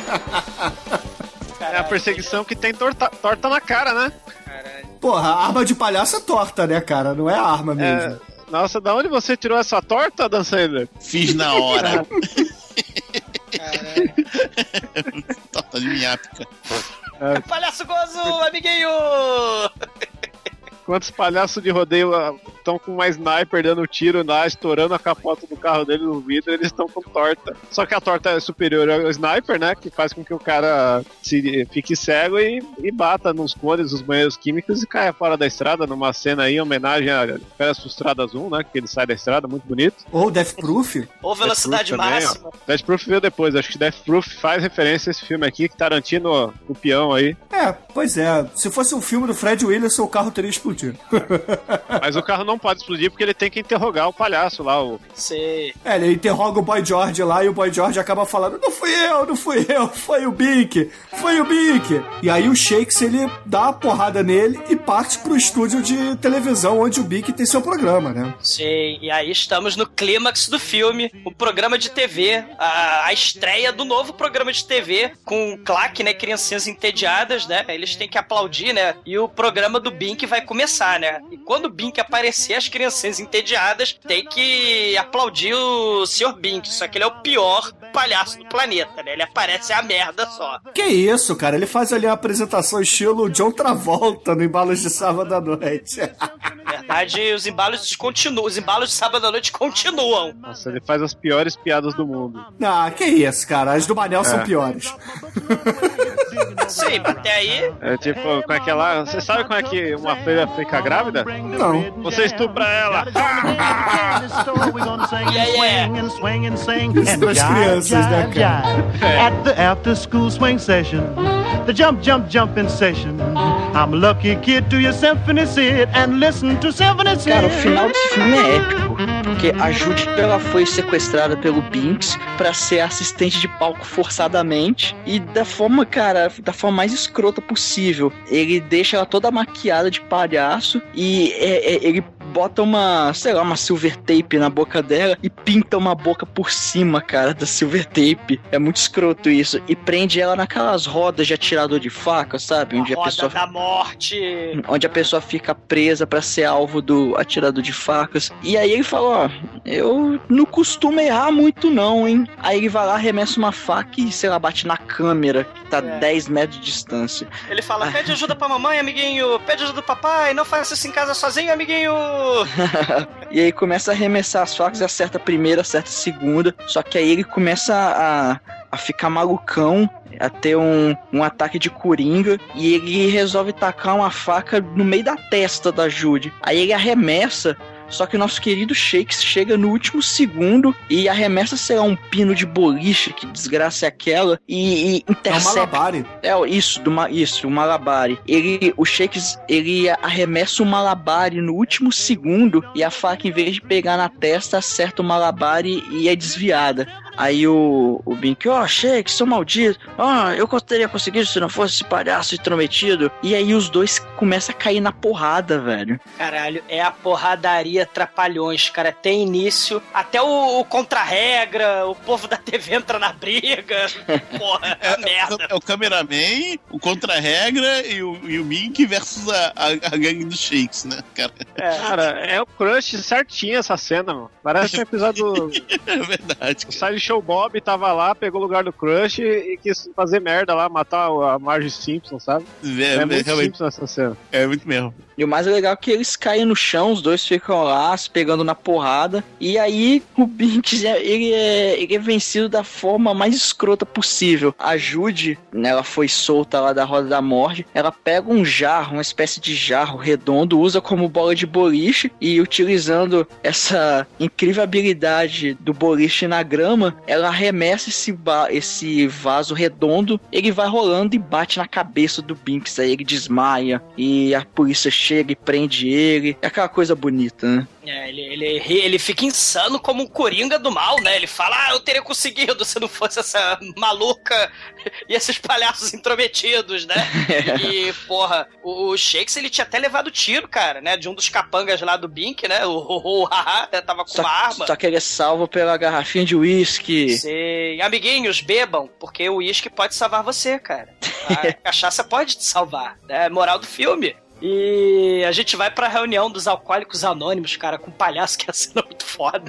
É a perseguição que tem torta, torta na cara, né? Caralho. Porra, a arma de palhaço é torta, né, cara? Não é arma mesmo. É... Nossa, da onde você tirou essa torta, Dan Sandler? Fiz na hora. Caralho. Torta de minhápica. É. Palhaço gozo, amiguinho! Quantos palhaços de rodeio estão com uma sniper dando tiro lá, estourando a capota do carro dele no vidro, eles estão com torta. Só que a torta é superior ao sniper, né? Que faz com que o cara se, fique cego e, e bata nos cones dos banheiros químicos e caia fora da estrada, numa cena aí, em homenagem a Férias Frustradas um, né? Que ele sai da estrada, muito bonito. Ou Death Proof. Ou Velocidade Death Proof Máxima. também, Death Proof veio depois, acho que Death Proof faz referência a esse filme aqui, que Tarantino, o peão aí. É, pois é. Se fosse um filme do Fred Williamson, o carro teria explodido. Mas o carro não pode explodir porque ele tem que interrogar o palhaço lá. O... Sei. É, ele interroga o Boy George lá e o Boy George acaba falando: não fui eu, não fui eu, foi o Bink, foi o Bink. E aí o Shakes, ele dá uma porrada nele e parte pro estúdio de televisão onde o Bink tem seu programa, né? Sim, e aí estamos no clímax do filme, o programa de T V, a, a estreia do novo programa de T V com claque, né, criancinhas entediadas, né, eles têm que aplaudir, né, e o programa do Bink vai começar, né, e quando o Bink aparecer, as criancinhas entediadas têm que aplaudir o senhor Bink, só que ele é o pior palhaço do planeta, né, ele aparece a merda só. Que isso, cara, ele faz ali a apresentação estilo John Travolta no Embalos de Sábado à Noite. Na verdade, os embalos continuam, os embalos de Sábado à Noite continuam. Nossa, ele faz as piores piadas do mundo. Ah, que isso, cara, as do Manel É. são piores. Sim, até aí... É tipo, como é que é lá? Você sabe como é que uma freira fica grávida? Não. Você estupra ela. E aí é... Isso das crianças, né, cara? At the after school swing session, the jump, jump, jump in session. I'm a lucky kid, do your symphony sit and listen to symphony sit. Cara, o final desse filme é épico, porque a Judy, ela foi sequestrada pelo Binks pra ser assistente de palco forçadamente e da forma, cara, da forma mais escrota possível. Ele deixa ela toda maquiada de palhaço e é, é, ele bota uma, sei lá, uma silver tape na boca dela e pinta uma boca por cima, cara, da silver tape. É muito escroto isso. E prende ela naquelas rodas de atirador de faca, sabe? Onde a, roda pessoa da morte. onde a pessoa fica presa pra ser alvo do atirador de facas. E aí ele fala, ó, eu não costumo errar muito não, hein? Aí ele vai lá, arremessa uma faca e, sei lá, bate na câmera, que tá É. dez metros de distância. Ele fala, pede ajuda pra mamãe, amiguinho. Pede ajuda pro papai. Não faça isso em casa sozinho, amiguinho. E aí começa a arremessar as facas e acerta a primeira, acerta a segunda. Só que aí ele começa a, a ficar malucão, a ter um, um ataque de coringa. E ele resolve tacar uma faca no meio da testa da Judy. Aí ele arremessa. Só que o nosso querido Shakes chega no último segundo e arremessa, sei lá, um pino de boliche, que desgraça é aquela, e, e É um intercepta. malabare. É, isso, do, ma- isso, o malabare. Ele, o Shakes, ele arremessa o malabare no último segundo e a faca, em vez de pegar na testa, acerta o malabare e é desviada. Aí o, o Bink, ó, oh, Shakes, seu maldito, ó, oh, eu teria conseguido se não fosse esse palhaço intrometido. E aí os dois começam a cair na porrada, velho. Caralho, é a porradaria trapalhões, cara. Tem início, até o, o contra-regra, o povo da T V entra na briga. Porra, é, merda. É o cameraman, o contra-regra e o, e o Mink versus a, a, a gangue dos Shakes, né, cara? É. Cara, é o Crush certinho essa cena, mano. Parece um episódio do... É verdade. O Sideshow Bob tava lá, pegou o lugar do Crush e, e quis fazer merda lá, matar a Marge Simpson, sabe? É, É muito realmente, Simpson essa cena. é muito mesmo. E o mais legal é que eles caem no chão, os dois ficam lá, se pegando na porrada. E aí o Binks, ele é, ele é vencido da forma mais escrota possível. A Judy, né, ela foi solta lá da Roda da Morte. Ela pega um jarro, uma espécie de jarro redondo, usa como bola de boliche. E utilizando essa incrível habilidade do boliche na grama, ela arremessa esse, ba- esse vaso redondo. Ele vai rolando e bate na cabeça do Binks. Aí ele desmaia e a polícia chega e prende ele. É aquela coisa bonita, né? É, ele, ele, ele fica insano como um coringa do mal, né? Ele fala, ah, eu teria conseguido se não fosse essa maluca e esses palhaços intrometidos, né? E, porra, o Shakes, ele tinha até levado tiro, cara, né? De um dos capangas lá do Bink, né? O, o, o haha, tava com Só, uma arma. só que ele é salvo pela garrafinha de uísque. Sei. Amiguinhos, bebam, porque o uísque pode salvar você, cara. A cachaça pode te salvar, né? Moral do filme. E a gente vai pra reunião dos alcoólicos anônimos, cara, com um palhaço que é cena muito foda.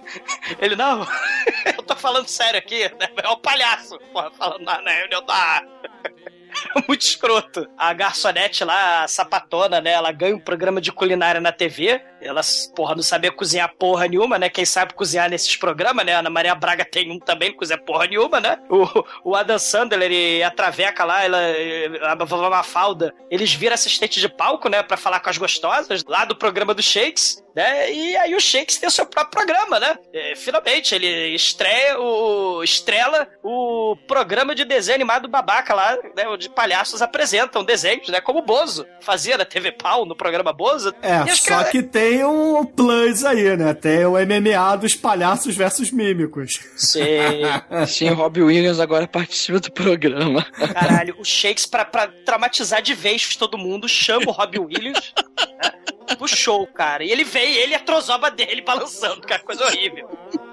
Ele, não, eu tô falando sério aqui, né? É o palhaço, porra, falando na, na reunião da... Muito escroto. A garçonete lá, a sapatona, né? Ela ganha um programa de culinária na T V. Ela, porra, não sabia cozinhar porra nenhuma, né? Quem sabe cozinhar nesses programas, né? A Ana Maria Braga tem um também, não cozinha porra nenhuma, né? O, o Adam Sandler, ele a Traveca lá, ela, a Vovó Mafalda, eles viram assistente de palco, né? Pra falar com as gostosas, lá do programa do Shakes, né? E aí o Shakes tem o seu próprio programa, né? E, finalmente, ele estreia o, estrela o programa de desenho animado babaca lá, né? Onde palhaços apresentam desenhos, né? Como o Bozo fazia na T V Pau, no programa Bozo. É, e só que tem um plus aí, né? Tem o M M A dos palhaços versus mímicos. Sim. Sim, o Robbie Williams agora participa do programa. Caralho, o Shakes, pra, pra traumatizar de vez todo mundo, chama o Robbie Williams, né, pro show, cara. E ele vem, ele e a trozoba dele balançando, cara, coisa horrível.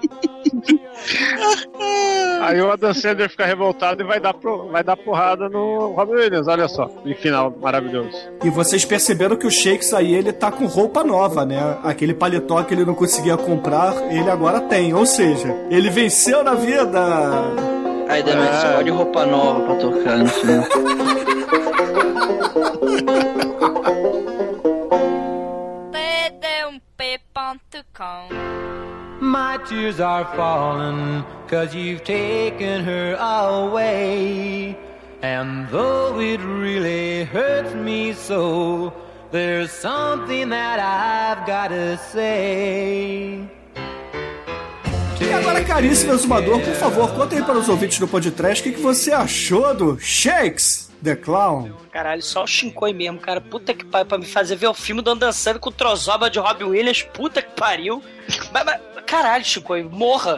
Aí o Adam Sandler fica revoltado e vai dar, pro, vai dar porrada no Robbie Williams, olha só. E final maravilhoso. E vocês perceberam que o Shakes aí, ele tá com roupa nova, né? Aquele paletó que ele não conseguia comprar, ele agora tem. Ou seja, ele venceu na vida. Aí, Demet, É. você pode roupa nova pra tocar no filme. T D um P ponto com. My tears are falling, cause you've taken her away. And though it really hurts me so, there's something that I've gotta say. E agora, caríssimo exumador, por favor, conta aí para os ouvintes do Podcast o que, que você achou do Shakes the Clown. Caralho, só o Shinkoi mesmo, cara. Puta que pariu, pra me fazer ver o filme do Adam Sandler com trozoba de Robbie Williams. Puta que pariu. Mas, mas, caralho, Shinkoi, morra.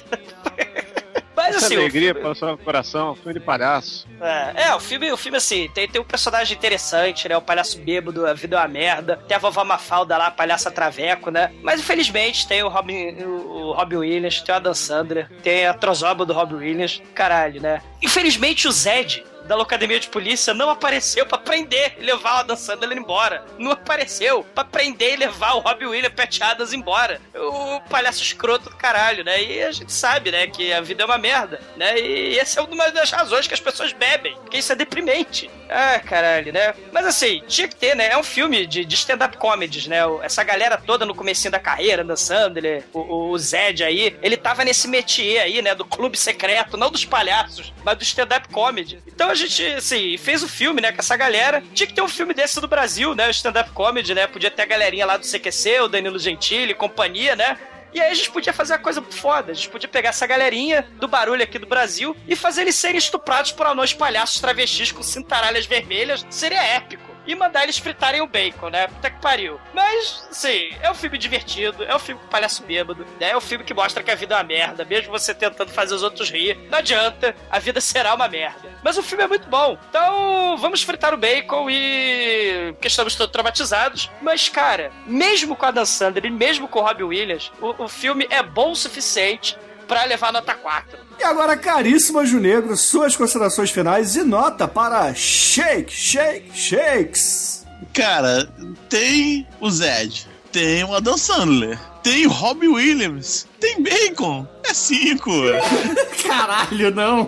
Mas Essa assim, alegria o filme, passou no coração, filme de palhaço. É, é, o filme, o filme assim, tem, tem um personagem interessante, né? O palhaço bêbado, a vida é uma merda. Tem a vovó Mafalda lá, a palhaça Traveco, né? Mas infelizmente tem o Robin, o, o Robbie Williams, tem o Adam Sandler, tem a trozoba do Robbie Williams. Caralho, né? Infelizmente o Zed da Locademia de Polícia não apareceu pra prender e levar o Adam Sandler embora. Não apareceu pra prender e levar o Robbie Williams Pat Adams embora. O palhaço escroto do caralho, né? E a gente sabe, né, que a vida é uma merda, né? E essa é uma das razões que as pessoas bebem, porque isso é deprimente. Ah, caralho, né? Mas assim, tinha que ter, né? É um filme de, de stand-up comedies, né? Essa galera toda no comecinho da carreira, Adam Sandler, o, o Zed aí, ele tava nesse métier aí, né? Do clube secreto, não dos palhaços, mas do stand-up comedy. Então a gente, assim, fez o filme, né, com essa galera. Tinha que ter um filme desse no Brasil, né, o stand-up comedy, né, podia ter a galerinha lá do C Q C, o Danilo Gentili, companhia, né. E aí a gente podia fazer uma coisa foda, a gente podia pegar essa galerinha do barulho aqui do Brasil e fazer eles serem estuprados por anões palhaços travestis com cintaralhas vermelhas, seria épico. E mandar eles fritarem o bacon, né? Puta que pariu. Mas, sim, é um filme divertido, é um filme com palhaço bêbado, né? É um filme que mostra que a vida é uma merda, mesmo você tentando fazer os outros rir. Não adianta, a vida será uma merda. Mas o filme é muito bom. Então, vamos fritar o bacon e... porque estamos todos traumatizados. Mas, cara, mesmo com a Dan Sandler e mesmo com o Robbie Williams, o, o filme é bom o suficiente pra levar nota quatro. E agora, caríssimo Anjo Negro, suas considerações finais e nota para Shake, Shake, Shakes. Cara, tem o Zed, tem o Adam Sandler, tem o Robbie Williams, tem bacon, é cinco. Caralho, não.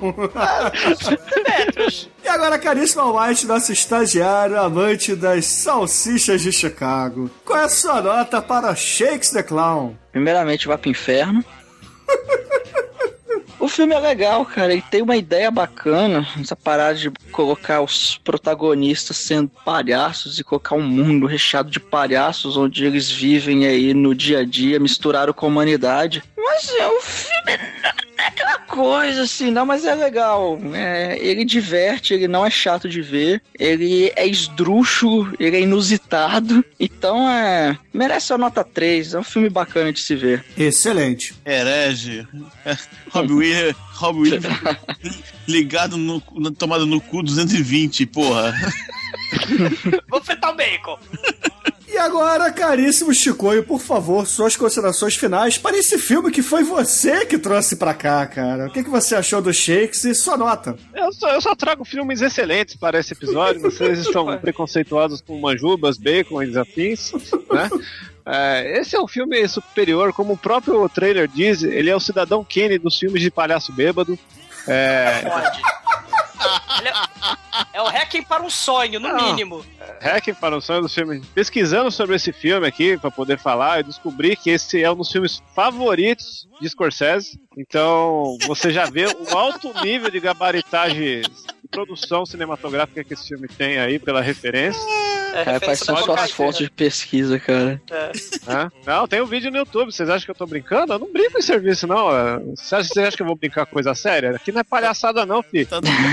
E agora, caríssima White, nosso estagiário, amante das salsichas de Chicago, qual é a sua nota para Shakes the Clown? Primeiramente, vai pro inferno. O filme é legal, cara, ele tem uma ideia bacana, essa parada de colocar os protagonistas sendo palhaços e colocar um mundo recheado de palhaços onde eles vivem aí no dia a dia, misturaram com a humanidade. Mas é um filme, não é aquela coisa assim, não, mas é legal. É, ele diverte, ele não é chato de ver, ele é esdrúxulo, ele é inusitado, então é, merece a nota três, é um filme bacana de se ver. Excelente. Herege. Robbie Williams, Robbie Williams ligado no, na tomada no cu duzentos e vinte, porra. Vou fritar o bacon. E agora, caríssimo Chicoio, por favor, suas considerações finais para esse filme que foi você que trouxe pra cá, cara. O que, que você achou do Shakes e sua nota? Eu só, eu só trago filmes excelentes para esse episódio. Vocês estão preconceituosos com manjubas, bacon e afins, né? É, esse é um filme superior, como o próprio trailer diz, ele é o Cidadão Kane dos filmes de palhaço bêbado. É... Pode. Ele é... É o Hacking para um Sonho, no Não. mínimo. Hacking para um Sonho dos filmes. Pesquisando sobre esse filme aqui, pra poder falar, eu descobri que esse é um dos filmes favoritos de Scorsese. Então, você já vê o alto nível de gabaritagem de produção cinematográfica que esse filme tem aí, pela referência. É, Cara, faz só suas fotos de pesquisa, cara. É. Hã? Não, tem um vídeo no YouTube. Vocês acham que eu tô brincando? Eu não brinco em serviço, não. Você acha, você acha que eu vou brincar com coisa séria? Aqui não é palhaçada, não, filho.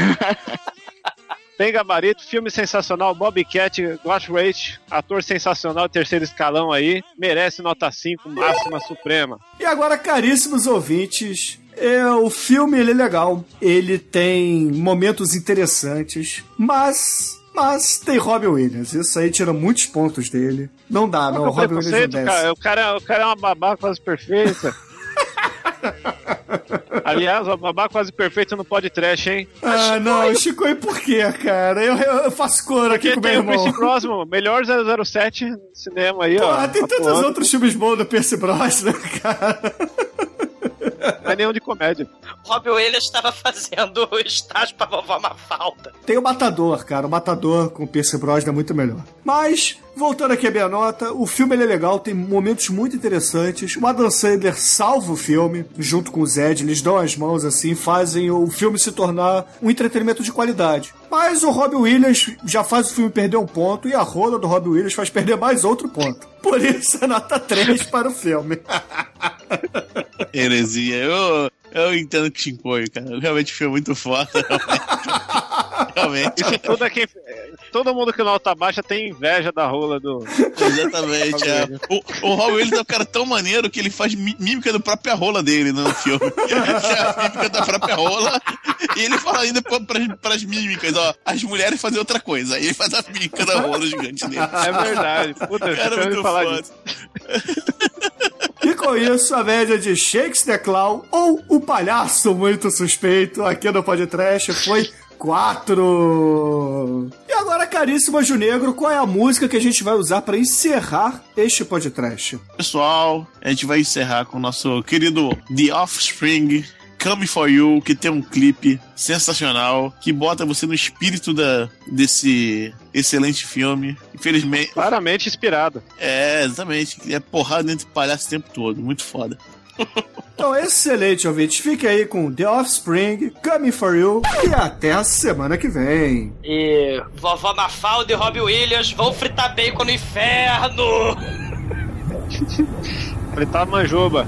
Tem gabarito, filme sensacional, Bobcat, Gottfried, ator sensacional, terceiro escalão aí, merece nota cinco, máxima suprema. E agora, caríssimos ouvintes, é, o filme ele é legal, ele tem momentos interessantes, mas... Mas tem Robin Williams, isso aí tira muitos pontos dele. Não dá, não, o Robin Williams não desce. Cara, o, cara, o cara é uma babá quase perfeita. Aliás, uma babá quase perfeita no podcast, hein? Ah, não, Chico, e por quê, cara? Eu, eu faço cor aqui com o meu irmão. Tem o Pierce Brosnan, melhor zero zero sete no cinema aí, Porra, ó. tem tantos atuando. outros filmes bons do Pierce Brosnan, cara. Não é nenhum de comédia. Robin Williams estava fazendo estágio pra vovó Mafalda. Tem o Matador, cara. O Matador com o Pierce Brosnan é muito melhor. Mas, voltando aqui a minha nota, o filme ele é legal, tem momentos muito interessantes. O Adam Sandler salva o filme, junto com o Zed, eles dão as mãos assim, fazem o filme se tornar um entretenimento de qualidade. Mas o Robin Williams já faz o filme perder um ponto e a rola do Robin Williams faz perder mais outro ponto. Por isso, a nota três para o filme. Heresia. Eu, eu entendo que te imponho, cara. Realmente o filme é muito foda. Realmente. Isso tudo é que todo mundo que nota baixa tem inveja da rola do... Exatamente, é. O, o Robin Williams é um cara tão maneiro que ele faz mí- mímica da própria rola dele no filme. É a mímica da própria rola. E ele fala ainda pra, pras, pras mímicas, ó. As mulheres fazem outra coisa. Aí ele faz a mímica da rola gigante dele. É verdade. Puta, cara, você muito falar foda. disso. E com isso, a média de Shakes the Clown, ou o palhaço muito suspeito aqui no podcast, foi quatro. E agora, caríssimo Anjo Negro, qual é a música que a gente vai usar para encerrar este podcast? Pessoal, a gente vai encerrar com o nosso querido The Offspring, Come For You, que tem um clipe sensacional, que bota você no espírito da, desse excelente filme. Infelizmente... Claramente inspirado. É, exatamente. É porrada dentro do palhaço o tempo todo. Muito foda. Então, excelente, ouvinte. Fique aí com The Offspring, Coming For You, e até a semana que vem. E vovó Mafalda e Robin Williams vão fritar bacon no inferno. Fritar manjoba.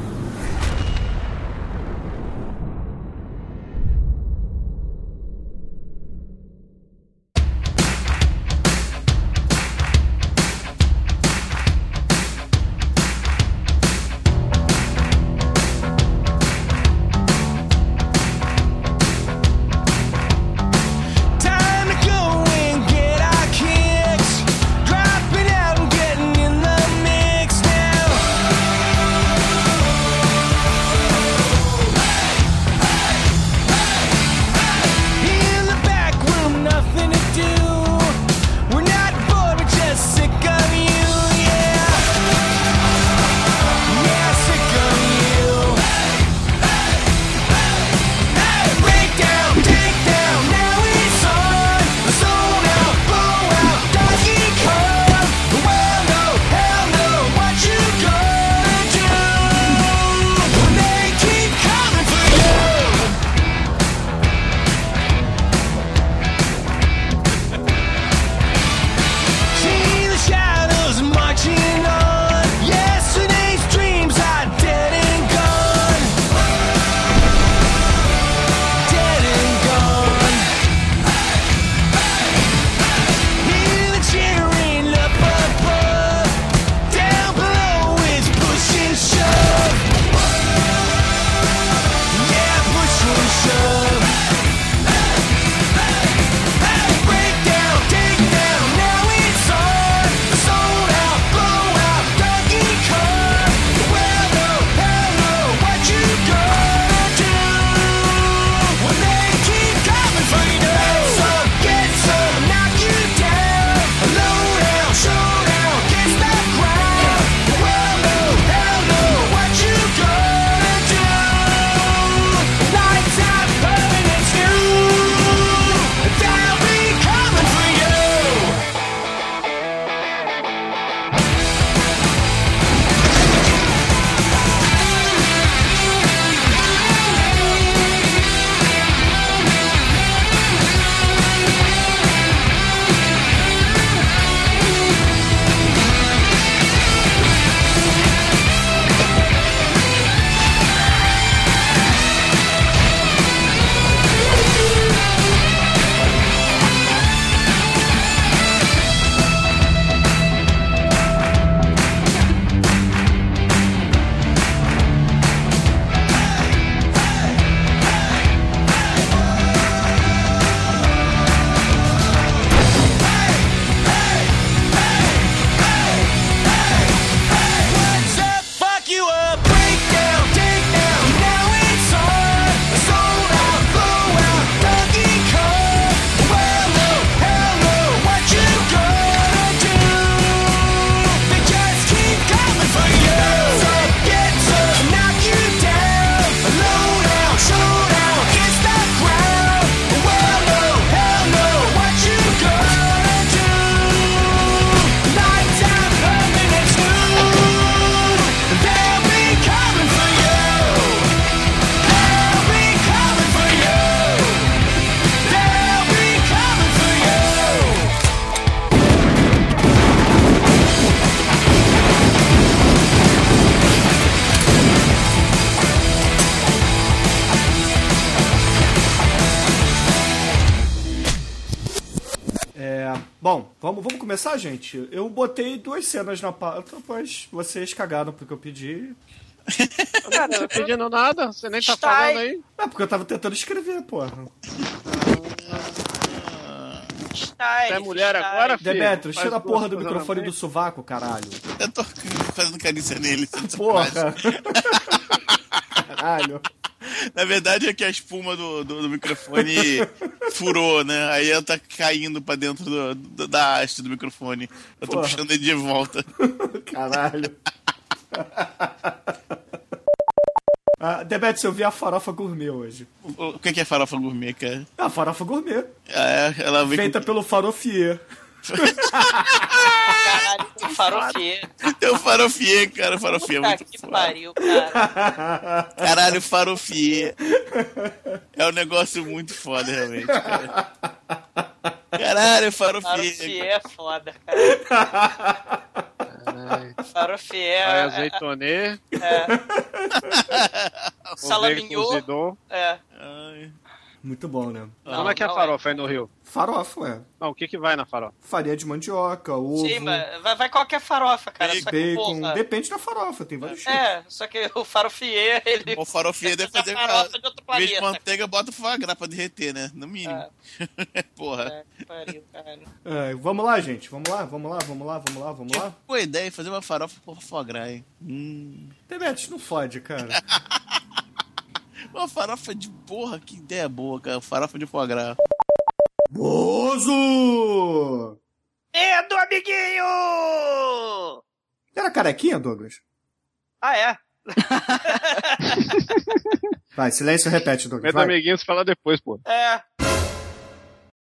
Dropping out and getting in the mix now. É, bom, vamos, vamos começar, gente? Eu botei duas cenas na pauta, pois vocês cagaram porque eu pedi. Cara, eu não pedindo nada, você nem tá Está falando aí. É porque eu tava tentando escrever, porra. Está Você é mulher está agora, filho? Demetrius, Faz tira a duas porra do coisas microfone na do sovaco, caralho. Eu tô fazendo carícia nele. Porra. Caralho. Na verdade é que a espuma do, do, do microfone furou, né? Aí ela tá caindo pra dentro do, do- da haste do microfone. Eu tô Porra. puxando ele de volta. Caralho. Ah, Demetrius, eu vi a farofa gourmet hoje. O, o que que é farofa gourmet, cara? A farofa gourmet. É, ela vem Feita com... pelo farofier. Caralho, tem farofier. Tem o farofier, cara. O farofier é Puta muito que foda. pariu, cara. Caralho, farofier. É um negócio muito foda, realmente, cara. Caralho, farofier. Farofier é foda, cara. Farofier Vai é... azeitonê, é. ovelha Salaminho. cozidon. É. Ai. Muito bom, né? Não, Como é que é a não farofa aí no Rio? Farofa, ué. Não, o que que vai na farofa? Farinha de mandioca, ovo, Sim, mas vai, vai qualquer farofa, cara. Só que, bacon. porra, Depende da farofa, tem vários tipos. é, só que o farofier, ele... O farofier deve fazer farofa de outro em vez de planeta. manteiga, bota foie gras pra derreter, né? No mínimo. Porra. É, que pariu, cara. É, vamos lá, gente. Vamos lá, vamos lá, vamos lá, vamos lá, vamos lá. Boa ideia, fazer uma farofa por foie gras, hein? Hum. Demetrius, não fode, cara. Uma farofa de porra, que ideia boa, cara. Farofa de foie gras. Bozo! É do amiguinho! Era carequinha, Douglas? Ah, é? Vai, silêncio, repete, Douglas. Medo Vai. amiguinho, você fala depois, pô. É.